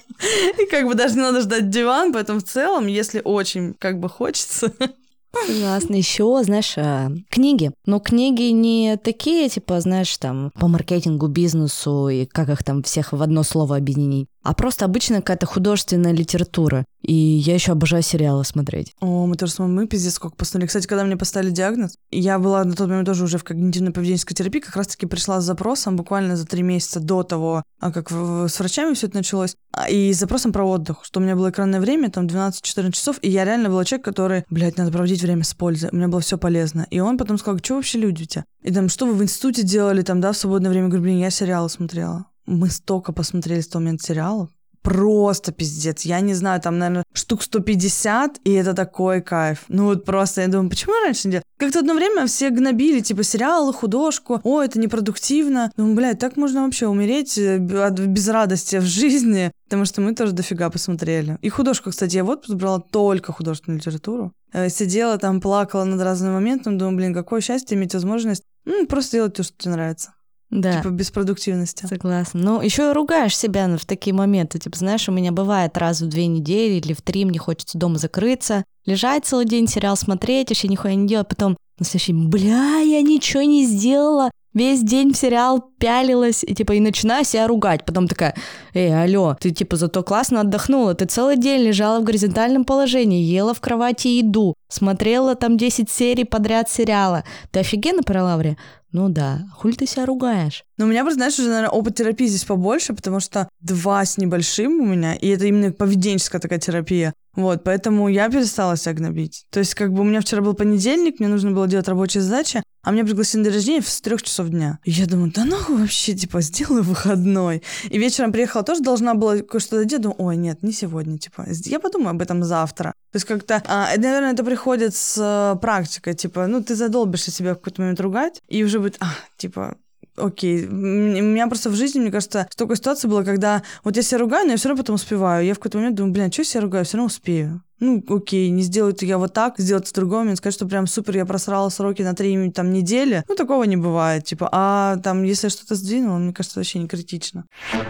И как бы даже не надо ждать диван, поэтому в целом, если очень как бы хочется... Согласна. Еще, знаешь, книги. Но книги не такие, типа, знаешь, там, по маркетингу, бизнесу и как их там всех в одно слово объединить. А просто обычная какая-то художественная литература. И я еще обожаю сериалы смотреть. О, мы тоже смотрим, мы пиздец сколько посмотрели. Кстати, когда мне поставили диагноз, я была на тот момент тоже уже в когнитивно-поведенческой терапии, как раз-таки пришла с запросом буквально за три месяца до того, как с врачами все это началось, и с запросом про отдых, что у меня было экранное время, там двенадцать-четырнадцать часов, и я реально была человек, который, блядь, надо проводить время с пользой. У меня было все полезно. И он потом сказал, что вообще люди у тебя? И там, что вы в институте делали, там, да, в свободное время? Я говорю, блин, я сериалы смотрела. Мы столько посмотрели с того момента сериалов. Просто пиздец. Я не знаю, там, наверное, штук сто пятьдесят, и это такой кайф. Ну вот просто, я думаю, почему я раньше не делала? Как-то одно время все гнобили, типа, сериалы, художку. О, это непродуктивно. Думаю, блядь, так можно вообще умереть от безрадости в жизни. Потому что мы тоже дофига посмотрели. И художку, кстати, я в отпуск брала только художественную литературу. Сидела там, плакала над разными моментами. Думаю, блин, какое счастье иметь возможность ну, просто делать то, что тебе нравится. Да. Типа без продуктивности. Согласна. Ну, еще и ругаешь себя в такие моменты. Типа, знаешь, у меня бывает раз в две недели или в три мне хочется дома закрыться, лежать целый день, сериал смотреть, вообще нихуя не делать. Потом на следующий день, бля, я ничего не сделала. Весь день в сериал пялилась, и типа и начинаю себя ругать. Потом такая, эй, алло, ты типа зато классно отдохнула. Ты целый день лежала в горизонтальном положении, ела в кровати еду, смотрела там десять серий подряд сериала. Ты офигенно про Лавре? Ну да, хули ты себя ругаешь? Ну, у меня, просто, знаешь, уже, наверное, опыт терапии здесь побольше, потому что два с небольшим у меня, и это именно поведенческая такая терапия. Вот, поэтому я перестала себя гнобить. То есть, как бы у меня вчера был понедельник, мне нужно было делать рабочие задачи, а меня пригласили на день рождения с трех часов дня. И я думаю, да нахуй вообще, типа, сделаю выходной. И вечером приехала, тоже должна была кое-что доделать. Думаю, ой, нет, не сегодня, типа, я подумаю об этом завтра. То есть, как-то, а, наверное, это приходит с а, практикой, типа, ну, ты задолбишься себя в какой-то момент ругать, и уже будет, а, типа... Окей. У меня просто в жизни, мне кажется, столько ситуаций было, когда вот я себя ругаю, но я все равно потом успеваю. Я в какой-то момент думаю, блин, что я себя ругаю? Все равно успею. Ну, окей, не сделаю я вот так, сделать в другой момент, сказать, что прям супер, я просрала сроки на три там, недели. Ну, такого не бывает. Типа, а там, если я что-то сдвинула, мне кажется, вообще не критично.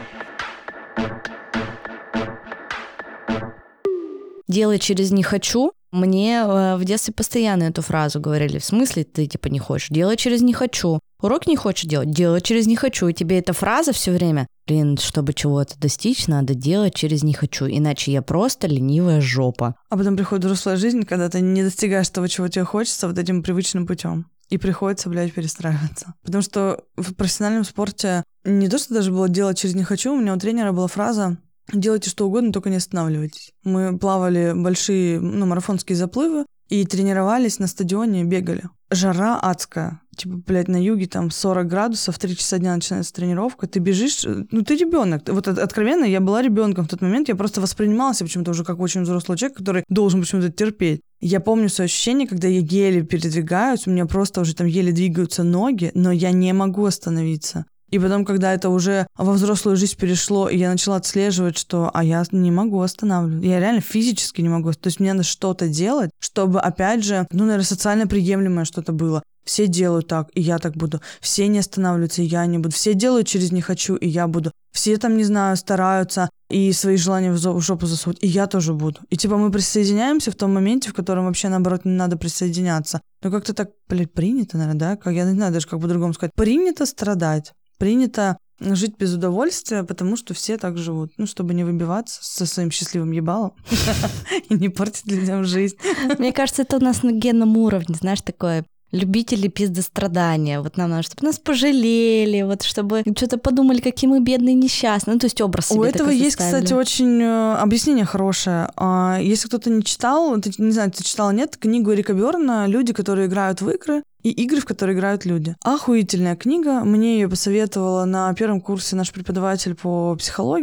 Делай через «не хочу». Мне в детстве постоянно эту фразу говорили. В смысле ты типа не хочешь? Делай через «не хочу». Урок не хочешь делать? Делай через «не хочу». И тебе эта фраза все время, блин, чтобы чего-то достичь, надо делать через «не хочу». Иначе я просто ленивая жопа. А потом приходит взрослая жизнь, когда ты не достигаешь того, чего тебе хочется, вот этим привычным путем. И приходится, блядь, перестраиваться. Потому что в профессиональном спорте не то, что даже было делать через «не хочу». У меня у тренера была фраза: делайте что угодно, только не останавливайтесь. Мы плавали большие, ну, марафонские заплывы и тренировались на стадионе, бегали. Жара адская. Типа, блядь, на юге там сорок градусов, три часа дня начинается тренировка, ты бежишь, ну, ты ребенок. Вот откровенно, я была ребенком в тот момент, я просто воспринимала себя почему-то уже как очень взрослый человек, который должен почему-то терпеть. Я помню свое ощущение, когда я еле передвигаюсь, у меня просто уже там еле двигаются ноги, но я не могу остановиться. И потом, когда это уже во взрослую жизнь перешло, и я начала отслеживать, что а я не могу останавливаться. Я реально физически не могу. То есть мне надо что-то делать, чтобы, опять же, ну, наверное, социально приемлемое что-то было. Все делают так, и я так буду. Все не останавливаются, и я не буду. Все делают через «не хочу», и я буду. Все там, не знаю, стараются и свои желания в жопу засунуть, и я тоже буду. И типа мы присоединяемся в том моменте, в котором вообще, наоборот, не надо присоединяться. Но как-то так, блядь, принято, наверное, да? Как, я не знаю даже, как по-другому сказать. Принято страдать. Принято жить без удовольствия, потому что все так живут. Ну, чтобы не выбиваться со своим счастливым ебалом и не портить людям жизнь. Мне кажется, это у нас на генном уровне, знаешь, такое... Любители пиздострадания. Вот нам надо, чтобы нас пожалели, вот чтобы что-то подумали, какие мы бедные, несчастные. Ну, то есть образ себе У этого есть, составили. Кстати, очень э, объяснение хорошее. А, если кто-то не читал, ты, не знаю, ты читала, нет, книгу Эрика Бёрна «Люди, которые играют в игры», и игры, в которые играют люди. Охуительная книга. Мне ее посоветовала на первом курсе наш преподаватель по психологии.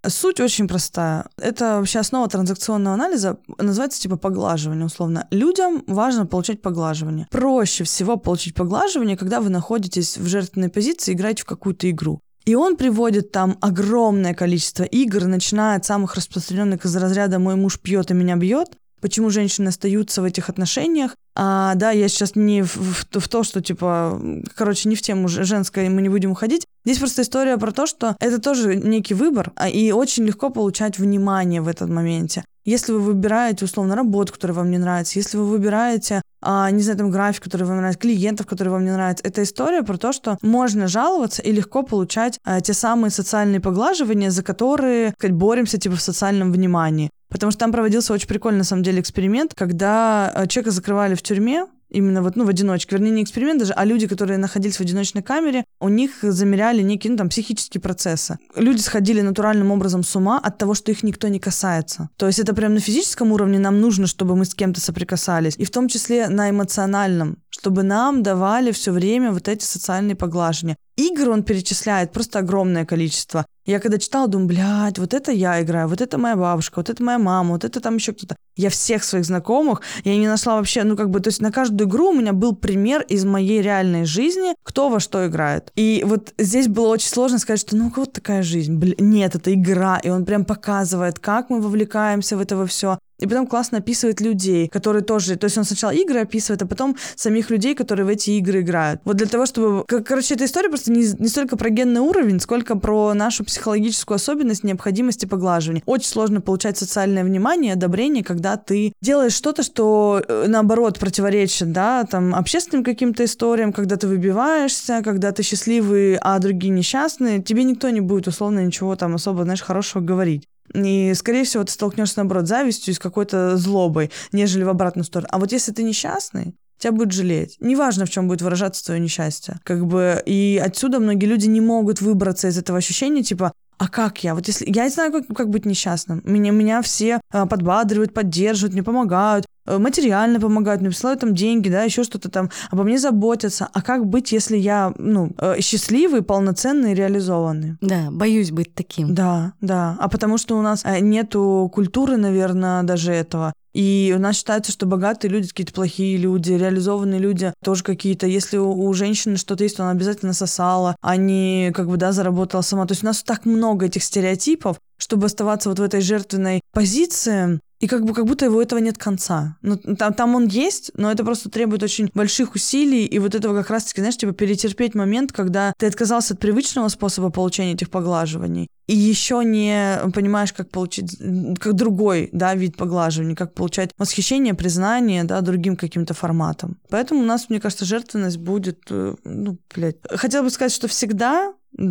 Суть очень простая. Это вообще основа транзакционного анализа, называется типа поглаживание условно. Людям важно получать поглаживание. Проще всего получить поглаживание, когда вы находитесь в жертвенной позиции и играете в какую-то игру. И он приводит там огромное количество игр, начиная от самых распространенных из разряда «мой муж пьет и меня бьет», почему женщины остаются в этих отношениях. А, да, я сейчас не в, в, в то, что, типа, короче, не в тему женской, мы не будем уходить. Здесь просто история про то, что это тоже некий выбор, и очень легко получать внимание в этот моменте. Если вы выбираете, условно, работу, которая вам не нравится, если вы выбираете, а, не знаю, там, график, который вам нравится, клиентов, которые вам не нравятся, это история про то, что можно жаловаться и легко получать а, те самые социальные поглаживания, за которые, так сказать, боремся, типа, в социальном внимании. Потому что там проводился очень прикольный, на самом деле, эксперимент, когда человека закрывали в тюрьме, именно вот, ну, в одиночке, вернее, не эксперимент даже, а люди, которые находились в одиночной камере, у них замеряли некие, ну, там, психические процессы. Люди сходили натуральным образом с ума от того, что их никто не касается. То есть это прям на физическом уровне нам нужно, чтобы мы с кем-то соприкасались, и в том числе на эмоциональном, чтобы нам давали все время вот эти социальные поглаживания. Игр он перечисляет просто огромное количество. Я когда читала, думаю, блядь, вот это я играю, вот это моя бабушка, вот это моя мама, вот это там еще кто-то. Я всех своих знакомых, я не нашла вообще, ну как бы, то есть на каждую игру у меня был пример из моей реальной жизни, кто во что играет. И вот здесь было очень сложно сказать, что ну вот такая жизнь. Блин, нет, это игра, и он прям показывает, как мы вовлекаемся в это во все. И потом классно описывает людей, которые тоже... То есть он сначала игры описывает, а потом самих людей, которые в эти игры играют. Вот для того, чтобы... Короче, эта история просто не, не столько про генный уровень, сколько про нашу психологическую особенность необходимости поглаживания. Очень сложно получать социальное внимание, одобрение, когда ты делаешь что-то, что, наоборот, противоречит, да, там, общественным каким-то историям, когда ты выбиваешься, когда ты счастливый, а другие несчастные. Тебе никто не будет, условно, ничего там особо, знаешь, хорошего говорить. И, скорее всего, ты столкнешься, наоборот, с завистью и с какой-то злобой, нежели в обратную сторону. А вот если ты несчастный, тебя будет жалеть. Неважно, в чем будет выражаться твое несчастье. Как бы, и отсюда многие люди не могут выбраться из этого ощущения, типа, а как я? Вот если я не знаю, как, как быть несчастным. Меня, меня все а, подбадривают, поддерживают, мне помогают, а, материально помогают, мне присылают там деньги, да, еще что-то там, обо мне заботятся. А как быть, если я, ну, а, счастливый, полноценный, реализованный? Да, боюсь быть таким. Да, да. А потому что у нас а, нету культуры, наверное, даже этого. И у нас считается, что богатые люди какие-то плохие люди, реализованные люди тоже какие-то. Если у, у женщины что-то есть, то она обязательно сосала, а не, как бы, да, заработала сама. То есть у нас так много этих стереотипов, чтобы оставаться вот в этой жертвенной позиции, и как бы как будто его этого нет конца. Ну, там, там он есть, но это просто требует очень больших усилий, и вот этого как раз-таки, знаешь, типа перетерпеть момент, когда ты отказался от привычного способа получения этих поглаживаний, и еще не понимаешь, как получить, как другой, да, вид поглаживания, как получать восхищение, признание, да, другим каким-то форматом. Поэтому у нас, мне кажется, жертвенность будет, ну, блядь. Хотела бы сказать, что всегда,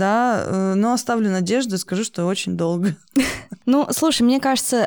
да, но оставлю надежду и скажу, что очень долго. Ну, слушай, мне кажется,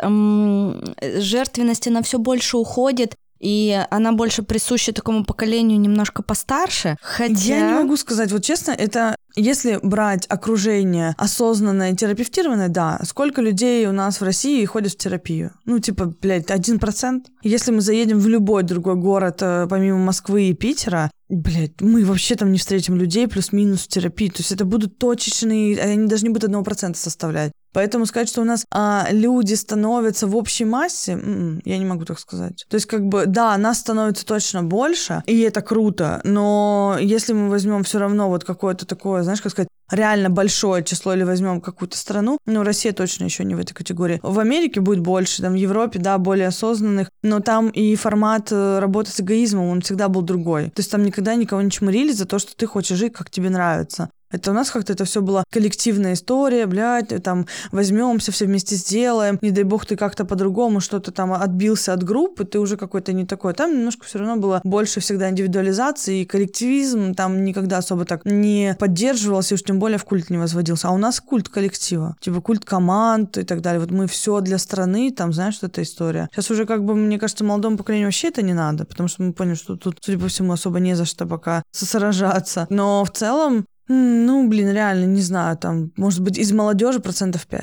жертвенность, она все больше уходит, и она больше присуща такому поколению немножко постарше, хотя... Я не могу сказать, вот честно, это... Если брать окружение осознанное, терапевтированное, да, сколько людей у нас в России ходят в терапию? Ну, типа, блядь, один процент. Если мы заедем в любой другой город, помимо Москвы и Питера, блядь, мы вообще там не встретим людей плюс-минус в терапии. То есть это будут точечные, они даже не будут одного процента составлять. Поэтому сказать, что у нас а, люди становятся в общей массе, м-м, я не могу так сказать. То есть, как бы, да, нас становится точно больше, и это круто, но если мы возьмем все равно вот какое-то такое, знаешь, как сказать, реально большое число, или возьмем какую-то страну, ну, Россия точно еще не в этой категории. В Америке будет больше, там, в Европе, да, более осознанных, но там и формат работы с эгоизмом, он всегда был другой. То есть там никогда никого не чморили за то, что ты хочешь жить, как тебе нравится. Это у нас как-то это все была коллективная история, блядь, там возьмемся, все вместе сделаем, не дай бог ты как-то по-другому что-то там отбился от группы, ты уже какой-то не такой. Там немножко все равно было больше всегда индивидуализации, и коллективизм там никогда особо так не поддерживался, и уж тем более в культ не возводился. А у нас культ коллектива, типа культ команд и так далее. Вот мы все для страны, там, знаешь, что это история. Сейчас уже, как бы, мне кажется, молодому поколению вообще это не надо, потому что мы поняли, что тут, судя по всему, особо не за что пока сражаться. Но в целом, ну, блин, реально, не знаю, там, может быть, из молодежи процентов пять.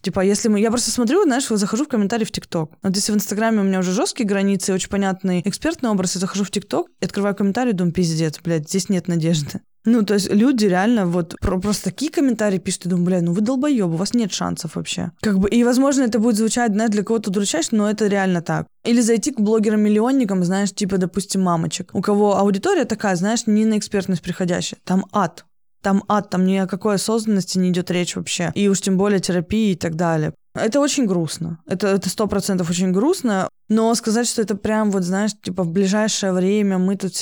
Типа, если мы... Я просто смотрю, знаешь, захожу в комментарии в ТикТок. Вот если в Инстаграме у меня уже жесткие границы, очень понятный экспертный образ, я захожу в ТикТок, открываю комментарии, думаю, пиздец, блядь, здесь нет надежды. Ну, то есть люди реально вот про- просто такие комментарии пишут, и думаю, блядь, ну вы долбоёбы, у вас нет шансов вообще. Как бы, и, возможно, это будет звучать, знаешь, для кого-то удручающе, но это реально так. Или зайти к блогерам-миллионникам, знаешь, типа, допустим, мамочек, у кого аудитория такая, знаешь, не на экспертность приходящая, там ад. Там ад, там ни о какой осознанности не идет речь вообще. И уж тем более терапии и так далее. Это очень грустно. Это сто процентов очень грустно. Но сказать, что это прям вот, знаешь, типа в ближайшее время мы тут...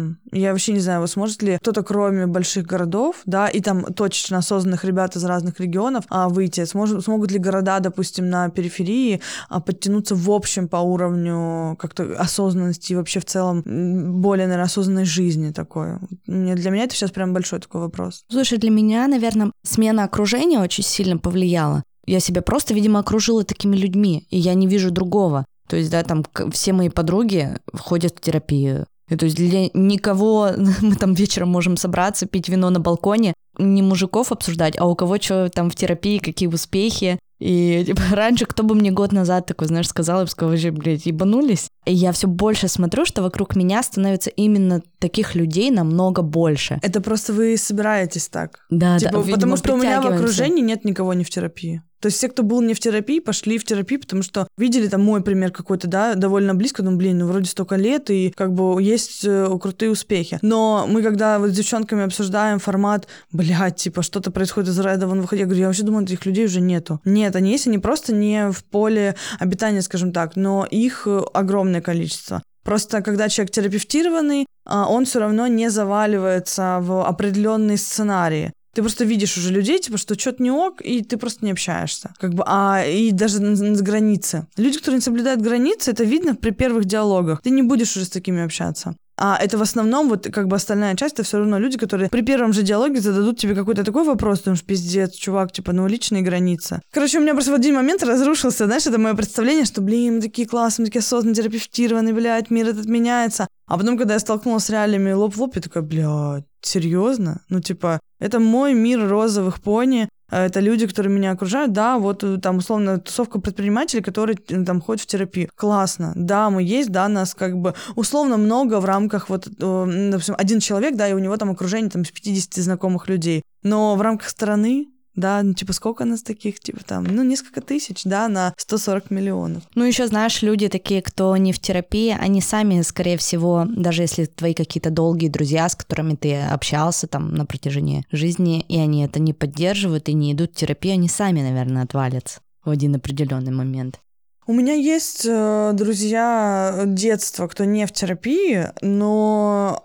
Я вообще не знаю, вот сможет ли кто-то, кроме больших городов, да, и там точечно осознанных ребят из разных регионов а, выйти, смогут, смогут ли города, допустим, на периферии а, подтянуться в общем по уровню как-то осознанности и вообще в целом более, наверное, осознанной жизни такой. Для меня это сейчас прям большой такой вопрос. Слушай, для меня, наверное, смена окружения очень сильно повлияла. Я себя просто, видимо, окружила такими людьми, и я не вижу другого. То есть, да, там все мои подруги входят в терапию. И то есть для никого мы там вечером можем собраться, пить вино на балконе, не мужиков обсуждать, а у кого что там в терапии, какие успехи. И типа, раньше, кто бы мне год назад такой, знаешь, сказал, я бы сказала, вообще, блядь, ебанулись. И я все больше смотрю, что вокруг меня становится именно таких людей намного больше. Это просто вы собираетесь так. Да, типа, да. Видимо, потому что у меня в окружении нет никого не в терапии. То есть все, кто был не в терапии, пошли в терапию, потому что видели там мой пример какой-то, да, довольно близко, думаю, блин, ну вроде столько лет, и как бы есть э, крутые успехи. Но мы когда вот с девчонками обсуждаем формат, блядь, типа, что-то происходит из ряда вон выходя, я говорю, я вообще думаю, этих людей уже нету. Нет, они есть, они просто не в поле обитания, скажем так, но их огромное количество. Просто когда человек терапевтированный, он все равно не заваливается в определенные сценарии. Ты просто видишь уже людей, типа, что что-то не ок, и ты просто не общаешься. Как бы, а и даже на, на границе. Люди, которые не соблюдают границы, это видно при первых диалогах. Ты не будешь уже с такими общаться. А это в основном, вот как бы остальная часть, это все равно люди, которые при первом же диалоге зададут тебе какой-то такой вопрос, ты думаешь, пиздец, чувак, типа, ну, личные границы. Короче, у меня просто в один момент разрушился, знаешь, это мое представление, что, блин, мы такие классные, мы такие осознанно терапевтированные, блядь, мир этот меняется. А потом, когда я столкнулась с реалиями лоб в лоб, я такая, блядь, серьезно? Ну, типа, это мой мир розовых пони, это люди, которые меня окружают, да, вот там, условно, тусовка предпринимателей, которые там ходят в терапию. Классно, да, мы есть, да, нас как бы условно много в рамках вот, допустим, один человек, да, и у него там окружение там из пятидесяти знакомых людей, но в рамках страны, да, ну, типа, сколько нас таких, типа, там, ну, несколько тысяч, да, на сто сорок миллионов. Ну, еще, знаешь, люди такие, кто не в терапии, они сами, скорее всего, даже если твои какие-то долгие друзья, с которыми ты общался там на протяжении жизни, и они это не поддерживают и не идут в терапию, они сами, наверное, отвалятся в один определенный момент. У меня есть э, друзья детства, кто не в терапии, но...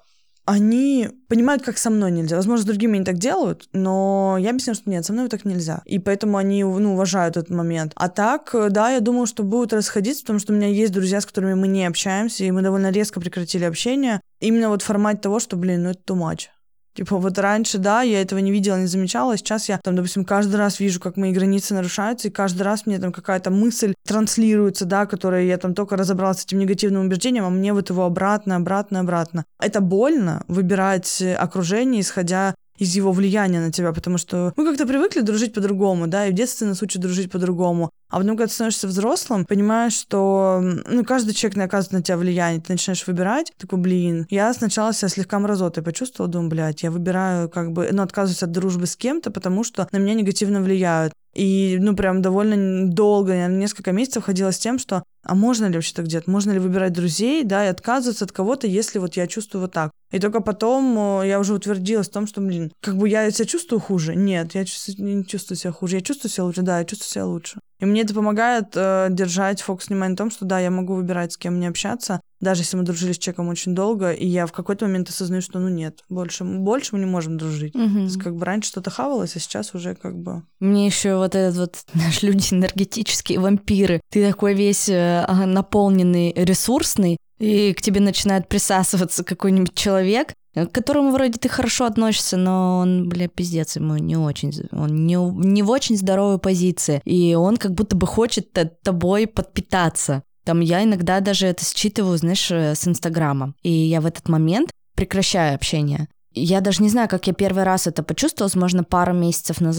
они понимают, как со мной нельзя. Возможно, с другими они так делают, но я объясняю, что нет, со мной так нельзя. И поэтому они, ну, уважают этот момент. А так, да, я думаю, что будут расходиться, потому что у меня есть друзья, с которыми мы не общаемся, и мы довольно резко прекратили общение. Именно вот в формате того, что, блин, ну это too much. Типа вот раньше, да, я этого не видела, не замечала, а сейчас я там, допустим, каждый раз вижу, как мои границы нарушаются, и каждый раз мне там какая-то мысль транслируется, да, которая я там только разобралась с этим негативным убеждением, а мне вот его обратно, обратно, обратно. Это больно выбирать окружение, исходя из его влияния на тебя, потому что мы как-то привыкли дружить по-другому, да, и в детстве нас учат дружить по-другому. А потом, когда ты становишься взрослым, понимаешь, что ну, каждый человек не оказывает на тебя влияние, ты начинаешь выбирать, такой, блин, я сначала себя слегка мразотой почувствовала, думаю, блядь, я выбираю как бы, ну, отказываюсь от дружбы с кем-то, потому что на меня негативно влияют. И, ну, прям довольно долго, я несколько месяцев ходила с тем, что а можно ли вообще так делать? Можно ли выбирать друзей, да, и отказываться от кого-то, если вот я чувствую вот так? И только потом я уже утвердилась в том, что, блин, как бы я себя чувствую хуже? Нет, я не чувствую себя хуже. Я чувствую себя лучше? Да, я чувствую себя лучше. И мне это помогает э, держать фокус внимания на том, что да, я могу выбирать, с кем мне общаться, даже если мы дружили с человеком очень долго, и я в какой-то момент осознаю, что ну нет, больше, больше мы не можем дружить. Угу. То есть как бы раньше что-то хавалось, а сейчас уже как бы... Мне еще вот этот вот, знаешь, люди энергетические вампиры. Ты такой весь э, наполненный, ресурсный, и к тебе начинает присасываться какой-нибудь человек, к которому вроде ты хорошо относишься, но он, бля, пиздец, ему не очень, он не, не в очень здоровой позиции, и он как будто бы хочет тобой подпитаться. Там я иногда даже это считываю, знаешь, с Инстаграма, и я в этот момент прекращаю общение. Я даже не знаю, как я первый раз это почувствовала, возможно, пару месяцев назад.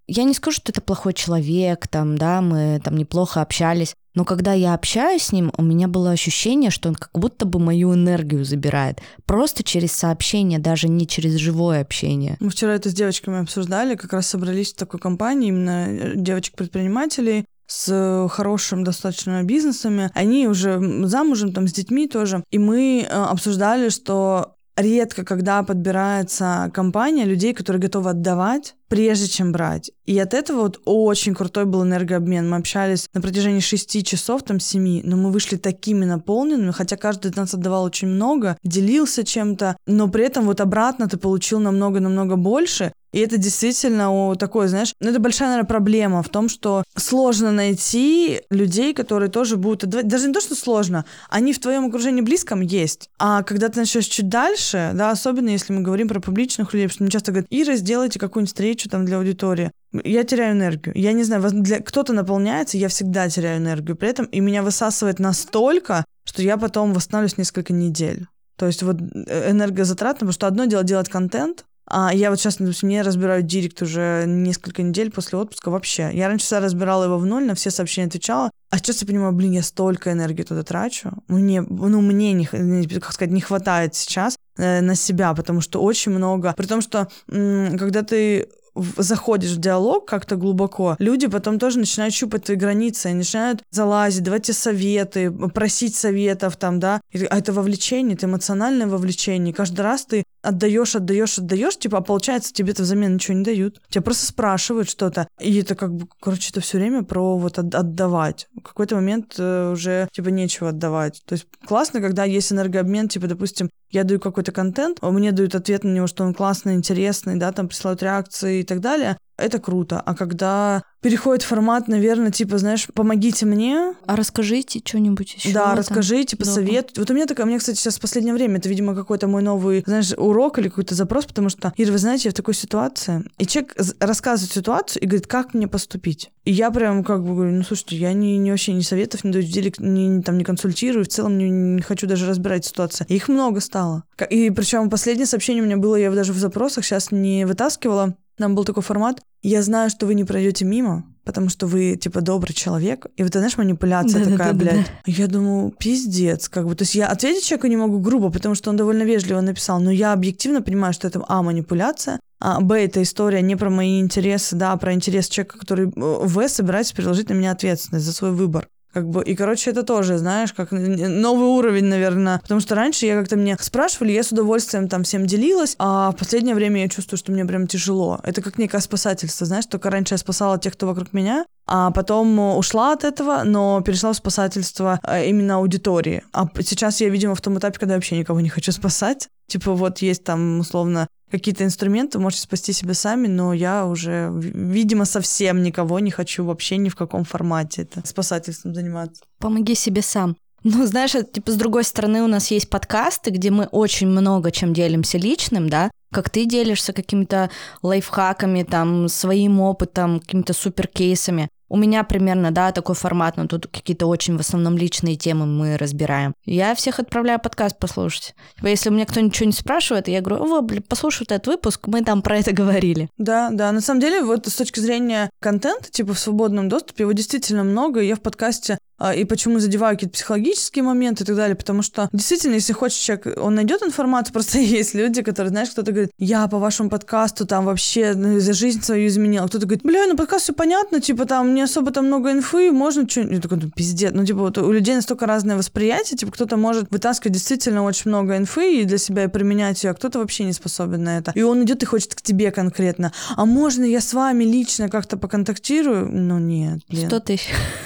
я не скажу, что это плохой человек, там, да, мы там неплохо общались, но когда я общаюсь с ним, у меня было ощущение, что он как будто бы мою энергию забирает. Просто через сообщение, даже не через живое общение. Мы вчера это с девочками обсуждали, как раз собрались в такой компании, именно девочек-предпринимателей, с хорошим достаточно бизнесами. Они уже замужем, там, с детьми тоже. И мы обсуждали, что редко, когда подбирается компания людей, которые готовы отдавать, прежде чем брать. И от этого вот очень крутой был энергообмен. Мы общались на протяжении шести часов, там, семи, но мы вышли такими наполненными, хотя каждый из нас отдавал очень много, делился чем-то, но при этом вот обратно ты получил намного-намного больше. И это действительно о, такое, знаешь, ну это большая, наверное, проблема в том, что сложно найти людей, которые тоже будут отдавать. Даже не то, что сложно, они в твоем окружении близком есть. А когда ты начнешь чуть дальше, да, особенно если мы говорим про публичных людей, потому что мне часто говорят: Ира, сделайте какую-нибудь встречу там для аудитории. Я теряю энергию. Я не знаю, для... кто-то наполняется, я всегда теряю энергию. При этом и меня высасывает настолько, что я потом восстанавливаюсь несколько недель. То есть вот энергозатратно, потому что одно дело делать контент, а я вот сейчас, допустим, не разбираю директ уже несколько недель после отпуска вообще. Я раньше всегда разбирала его в ноль, на все сообщения отвечала, а сейчас я понимаю, блин, я столько энергии туда трачу. Мне, ну, мне, не, как сказать, не хватает сейчас э, на себя, потому что очень много. При том, что м- когда ты заходишь в диалог как-то глубоко, люди потом тоже начинают щупать твои границы, они начинают залазить, давать тебе советы, просить советов там, да. А это вовлечение, это эмоциональное вовлечение. Каждый раз ты отдаешь, отдаешь, отдаешь, типа, а получается, тебе-то взамен ничего не дают. Тебя просто спрашивают что-то. И это как бы, короче, это все время про вот отдавать. В какой-то момент э, уже, типа, нечего отдавать. То есть классно, когда есть энергообмен, типа, допустим, я даю какой-то контент, а мне дают ответ на него, что он классный, интересный, да, там присылают реакции и так далее. Это круто. А когда переходит формат, наверное, типа, знаешь, помогите мне. А расскажите что-нибудь еще. Да, расскажите, посоветуйте. Вот у меня такая, у меня, кстати, сейчас в последнее время, это, видимо, какой-то мой новый, знаешь, урок или какой-то запрос, потому что, Ира, вы знаете, я в такой ситуации. И человек рассказывает ситуацию и говорит, как мне поступить. И я прям как бы говорю, ну, слушайте, я не, не вообще ни советов не даю, не, не, там, не консультирую, в целом не, не хочу даже разбирать ситуацию. И их много стало. И причем последнее сообщение у меня было, я его даже в запросах сейчас не вытаскивала. Нам был такой формат. Я знаю, что вы не пройдете мимо, потому что вы, типа, добрый человек. И вот, знаешь, манипуляция да, такая, да, да, блядь. Да, да. Я думаю, пиздец, как бы. То есть я ответить человеку не могу грубо, потому что он довольно вежливо написал. Но я объективно понимаю, что это, а, манипуляция, а, б, это история не про мои интересы, да, а про интерес человека, который, в, собирается переложить на меня ответственность за свой выбор. Как бы, и, короче, это тоже, знаешь, как новый уровень, наверное. Потому что раньше я как-то мне спрашивали, я с удовольствием там всем делилась, а в последнее время я чувствую, что мне прям тяжело. Это как некое спасательство, знаешь, только раньше я спасала тех, кто вокруг меня, а потом ушла от этого, но перешла в спасательство именно аудитории. А сейчас я, видимо, в том этапе, когда я вообще никого не хочу спасать. Типа вот есть там, условно, какие-то инструменты, можете спасти себя сами, но я уже, видимо, совсем никого не хочу вообще ни в каком формате это спасательством заниматься. Помоги себе сам. Ну, знаешь, типа, с другой стороны, у нас есть подкасты, где мы очень много чем делимся личным, да, как ты делишься какими-то лайфхаками, там, своим опытом, какими-то суперкейсами. У меня примерно, да, такой формат, но тут какие-то очень в основном личные темы мы разбираем. Я всех отправляю подкаст послушать. Если у меня кто ничего не спрашивает, я говорю, о, блин, послушай вот этот выпуск, мы там про это говорили. Да, да, на самом деле, вот с точки зрения контента, типа в свободном доступе, его действительно много, я в подкасте и почему задеваю какие-то психологические моменты и так далее, потому что действительно, если хочет человек, он найдет информацию, просто есть люди, которые, знаешь, кто-то говорит, я по вашему подкасту там вообще ну, за жизнь свою изменил, кто-то говорит, бля, ну подкаст все понятно, типа там не особо там много инфы, можно что-нибудь, я такой, ну пиздец, ну типа вот у людей настолько разное восприятие, типа кто-то может вытаскивать действительно очень много инфы и для себя и применять ее, а кто-то вообще не способен на это, и он идет и хочет к тебе конкретно, а можно я с вами лично как-то поконтактирую? Ну нет, блин. Сто тысяч.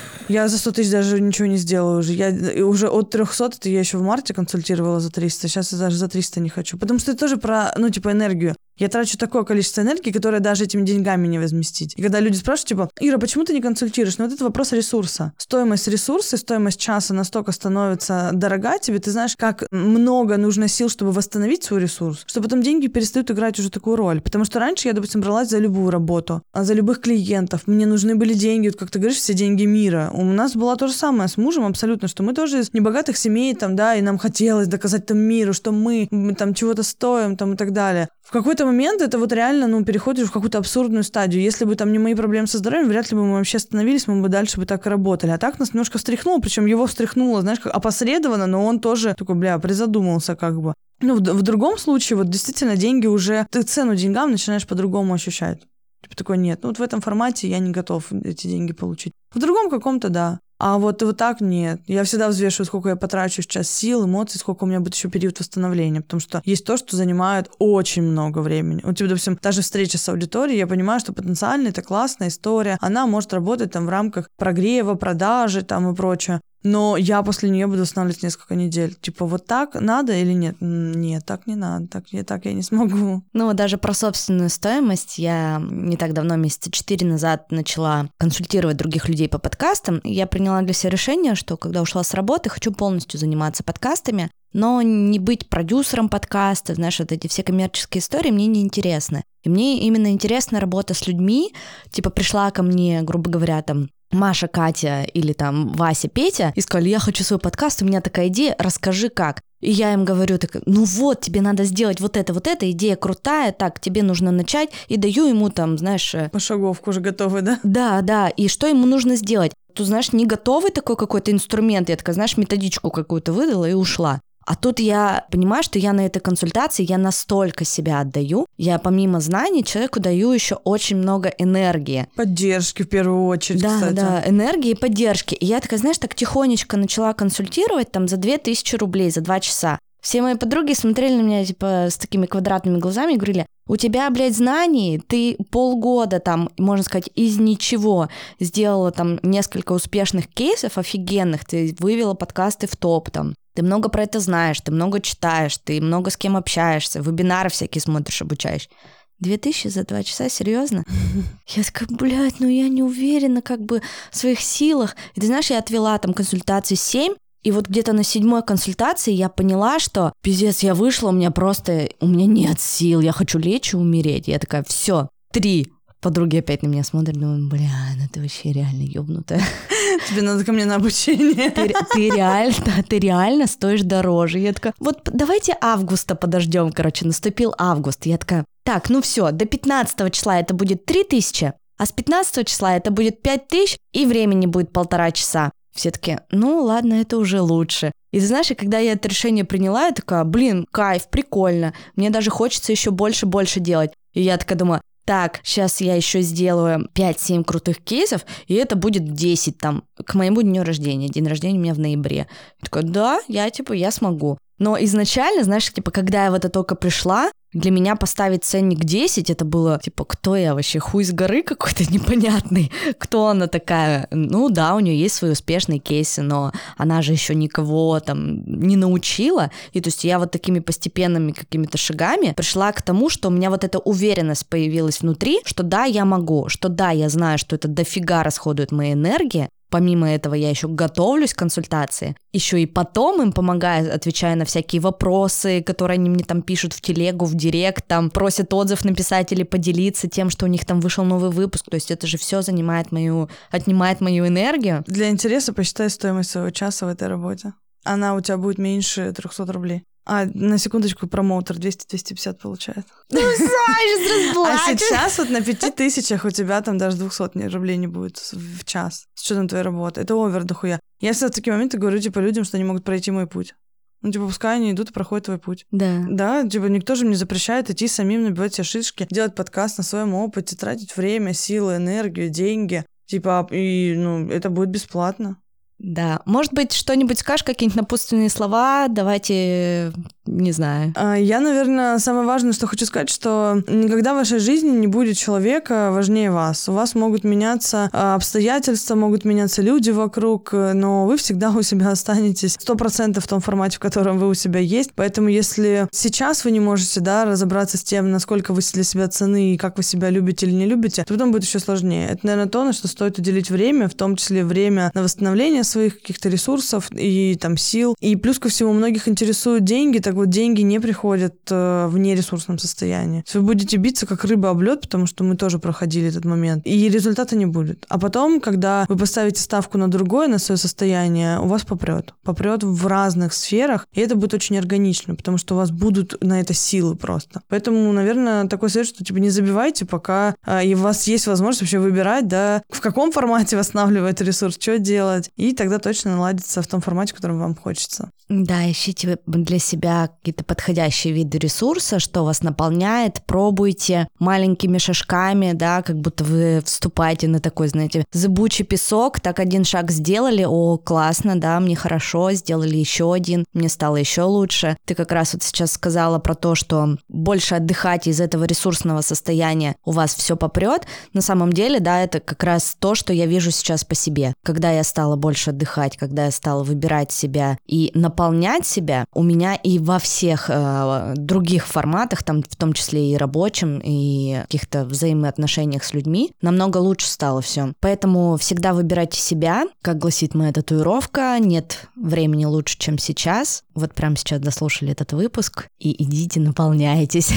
Я за сто тысяч даже ничего не сделала уже. Я уже от трехсот, это я еще в марте консультировала за триста, сейчас я даже за триста не хочу. Потому что это тоже про, ну, типа, энергию. Я трачу такое количество энергии, которое даже этими деньгами не возместить. И когда люди спрашивают, типа, Ира, почему ты не консультируешь? Ну, вот это вопрос ресурса. Стоимость ресурса, стоимость часа настолько становится дорога тебе, ты знаешь, как много нужно сил, чтобы восстановить свой ресурс, что потом деньги перестают играть уже такую роль. Потому что раньше я, допустим, бралась за любую работу, за любых клиентов. Мне нужны были деньги, вот как ты говоришь, все деньги мира. У нас было то же самое с мужем абсолютно, что мы тоже из небогатых семей, там, да, и нам хотелось доказать там миру, что мы, мы там чего-то стоим, там, и так далее. В какой-то какой-то момент это вот реально, ну, переходишь в какую-то абсурдную стадию. Если бы там не мои проблемы со здоровьем, вряд ли бы мы вообще остановились, мы бы дальше бы так и работали. А так нас немножко встряхнуло, причем его встряхнуло, знаешь, как опосредованно, но он тоже такой, бля, призадумался как бы. Ну, в, в другом случае, вот действительно деньги уже... Ты цену деньгам начинаешь по-другому ощущать. Типа такой, нет, ну вот в этом формате я не готов эти деньги получить. В другом каком-то, да. А вот, вот так нет. Я всегда взвешиваю, сколько я потрачу сейчас сил, эмоций, сколько у меня будет еще период восстановления. Потому что есть то, что занимает очень много времени. У тебя, допустим, даже встреча с аудиторией, я понимаю, что потенциально это классная история. Она может работать там в рамках прогрева, продажи там и прочее. Но я после нее буду восстанавливать несколько недель. Типа, вот так надо или нет? Нет, так не надо, так, так я не смогу. Ну, вот даже про собственную стоимость я не так давно, месяца четыре назад, начала консультировать других людей по подкастам. Я приняла для себя решение, что когда ушла с работы, хочу полностью заниматься подкастами, но не быть продюсером подкаста, знаешь, вот эти все коммерческие истории мне не интересны. И мне именно интересна работа с людьми. Типа, пришла ко мне, грубо говоря, там, Маша, Катя или там Вася, Петя, и сказали, я хочу свой подкаст, у меня такая идея, расскажи как. И я им говорю, так, ну вот, тебе надо сделать вот это, вот это, идея крутая, так, тебе нужно начать, и даю ему там, знаешь... Пошаговку уже готовы, да? Да, да, и что ему нужно сделать? Тут, знаешь, не готовый такой какой-то инструмент, я такая, знаешь, методичку какую-то выдала и ушла. А тут я понимаю, что я на этой консультации, я настолько себя отдаю, я помимо знаний человеку даю еще очень много энергии. Поддержки в первую очередь, да, кстати. Да, энергии и поддержки. И я такая, знаешь, так тихонечко начала консультировать там за две тысячи рублей, за два часа. Все мои подруги смотрели на меня типа с такими квадратными глазами и говорили, у тебя, блядь, знаний, ты полгода там, можно сказать, из ничего сделала там несколько успешных кейсов офигенных, ты вывела подкасты в топ там. Ты много про это знаешь, ты много читаешь, ты много с кем общаешься, вебинары всякие смотришь, обучаешь. Две тысячи за два часа, серьезно? Я такая, блядь, ну я не уверена как бы в своих силах. И ты знаешь, я отвела там консультации семь, и вот где-то на седьмой консультации я поняла, что пиздец, я вышла, у меня просто, у меня нет сил, я хочу лечь и умереть. Я такая, все, три. Подруги опять на меня смотрят, думаю, бля, ну ты вообще реально ёбнутая. Тебе надо ко мне на обучение. Ты, ты, реально, ты реально стоишь дороже. Я такая, вот давайте августа подождем, короче, наступил август. Я такая, так, ну все, до пятнадцатого числа это будет три тысячи, а с пятнадцатого числа это будет пять тысяч, и времени будет полтора часа. Все таки, ну ладно, это уже лучше. И ты знаешь, когда я это решение приняла, я такая, блин, кайф, прикольно. Мне даже хочется еще больше-больше делать. И я такая думаю, так, сейчас я еще сделаю пять-семь крутых кейсов, и это будет десять там к моему дню рождения. День рождения у меня в ноябре. Я такая, да, я типа, я смогу. Но изначально, знаешь, типа, когда я в это только пришла, для меня поставить ценник десять, это было, типа, кто я вообще, хуй с горы какой-то непонятный, кто она такая? Ну да, у нее есть свои успешные кейсы, но она же еще никого там не научила, и то есть я вот такими постепенными какими-то шагами пришла к тому, что у меня вот эта уверенность появилась внутри, что да, я могу, что да, я знаю, что это дофига расходует моей энергии. Помимо этого, я еще готовлюсь к консультации, еще и потом им помогаю, отвечая на всякие вопросы, которые они мне там пишут в телегу, в директ, там просят отзыв написать или поделиться тем, что у них там вышел новый выпуск. То есть это же все занимает мою, отнимает мою энергию. Для интереса посчитай стоимость своего часа в этой работе. Она у тебя будет меньше трехсот рублей. А на секундочку промоутер двести-двести пятьдесят получает. Ну, Саша, А сейчас вот на пяти тысячах у тебя там даже двухсот рублей не будет в час с учетом твоей работы. Это овер дохуя. Я всегда в такие моменты говорю типа людям, что они могут пройти мой путь. Ну, типа, пускай они идут и проходят твой путь. Да. Да, типа, никто же мне запрещает идти самим, набивать себе шишки, делать подкаст на своем опыте, тратить время, силы, энергию, деньги. Типа, и, ну, это будет бесплатно. Да, может быть, что-нибудь скажешь, какие-нибудь напутственные слова, давайте, не знаю. Я, наверное, самое важное, что хочу сказать, что никогда в вашей жизни не будет человека важнее вас. У вас могут меняться обстоятельства, могут меняться люди вокруг, но вы всегда у себя останетесь сто процентов в том формате, в котором вы у себя есть. Поэтому если сейчас вы не можете, да, разобраться с тем, насколько вы для себя ценны и как вы себя любите или не любите, то потом будет еще сложнее. Это, наверное, то, на что стоит уделить время, в том числе время на восстановление своих каких-то ресурсов и там сил. И плюс ко всему многих интересуют деньги, так вот деньги не приходят э, в нересурсном состоянии. То есть вы будете биться как рыба об лед, потому что мы тоже проходили этот момент. И результата не будет. А потом, когда вы поставите ставку на другое, на свое состояние, у вас попрет. Попрет в разных сферах, и это будет очень органично, потому что у вас будут на это силы просто. Поэтому, наверное, такой совет, что типа не забивайте, пока э, и у вас есть возможность вообще выбирать, да, в каком формате восстанавливать ресурс, что делать, и тогда точно наладится в том формате, в котором вам хочется. Да, ищите для себя какие-то подходящие виды ресурса, что вас наполняет, пробуйте маленькими шажками, да, как будто вы вступаете на такой, знаете, зыбучий песок, так один шаг сделали, о, классно, да, мне хорошо, сделали еще один, мне стало еще лучше. Ты как раз вот сейчас сказала про то, что больше отдыхать из этого ресурсного состояния у вас все попрет. На самом деле, да, это как раз то, что я вижу сейчас по себе. Когда я стала больше отдыхать, когда я стала выбирать себя и наполнять себя, у меня и во всех э, других форматах, там, в том числе и рабочем, и каких-то взаимоотношениях с людьми, намного лучше стало все. Поэтому всегда выбирайте себя. Как гласит моя татуировка, нет времени лучше, чем сейчас. Вот прямо сейчас дослушали этот выпуск и идите наполняйтесь.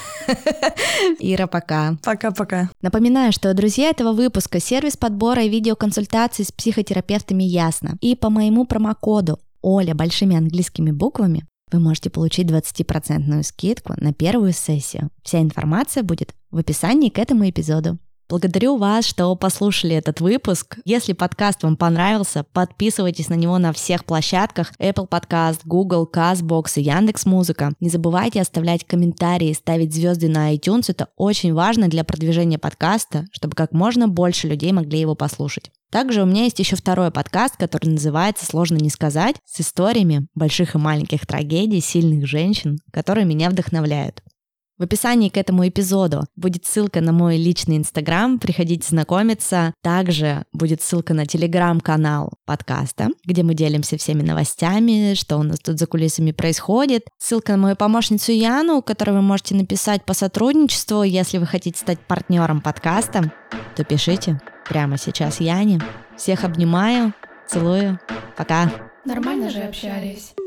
Ира, пока. Пока-пока. Напоминаю, что друзья этого выпуска — сервис подбора и видеоконсультаций с психотерапевтами «Ясно». И по моему промокоду Оля большими английскими буквами вы можете получить двадцатипроцентную скидку на первую сессию. Вся информация будет в описании к этому эпизоду. Благодарю вас, что послушали этот выпуск. Если подкаст вам понравился, подписывайтесь на него на всех площадках: Apple Podcast, Google, Castbox и Яндекс.Музыка. Не забывайте оставлять комментарии, ставить звезды на iTunes. Это очень важно для продвижения подкаста, чтобы как можно больше людей могли его послушать. Также у меня есть еще второй подкаст, который называется «Сложно не сказать», с историями больших и маленьких трагедий сильных женщин, которые меня вдохновляют. В описании к этому эпизоду будет ссылка на мой личный инстаграм, приходите знакомиться. Также будет ссылка на телеграм-канал подкаста, где мы делимся всеми новостями, что у нас тут за кулисами происходит. Ссылка на мою помощницу Яну, которой вы можете написать по сотрудничеству. Если вы хотите стать партнером подкаста, то пишите прямо сейчас Яне. Всех обнимаю, целую, пока. Нормально же общались.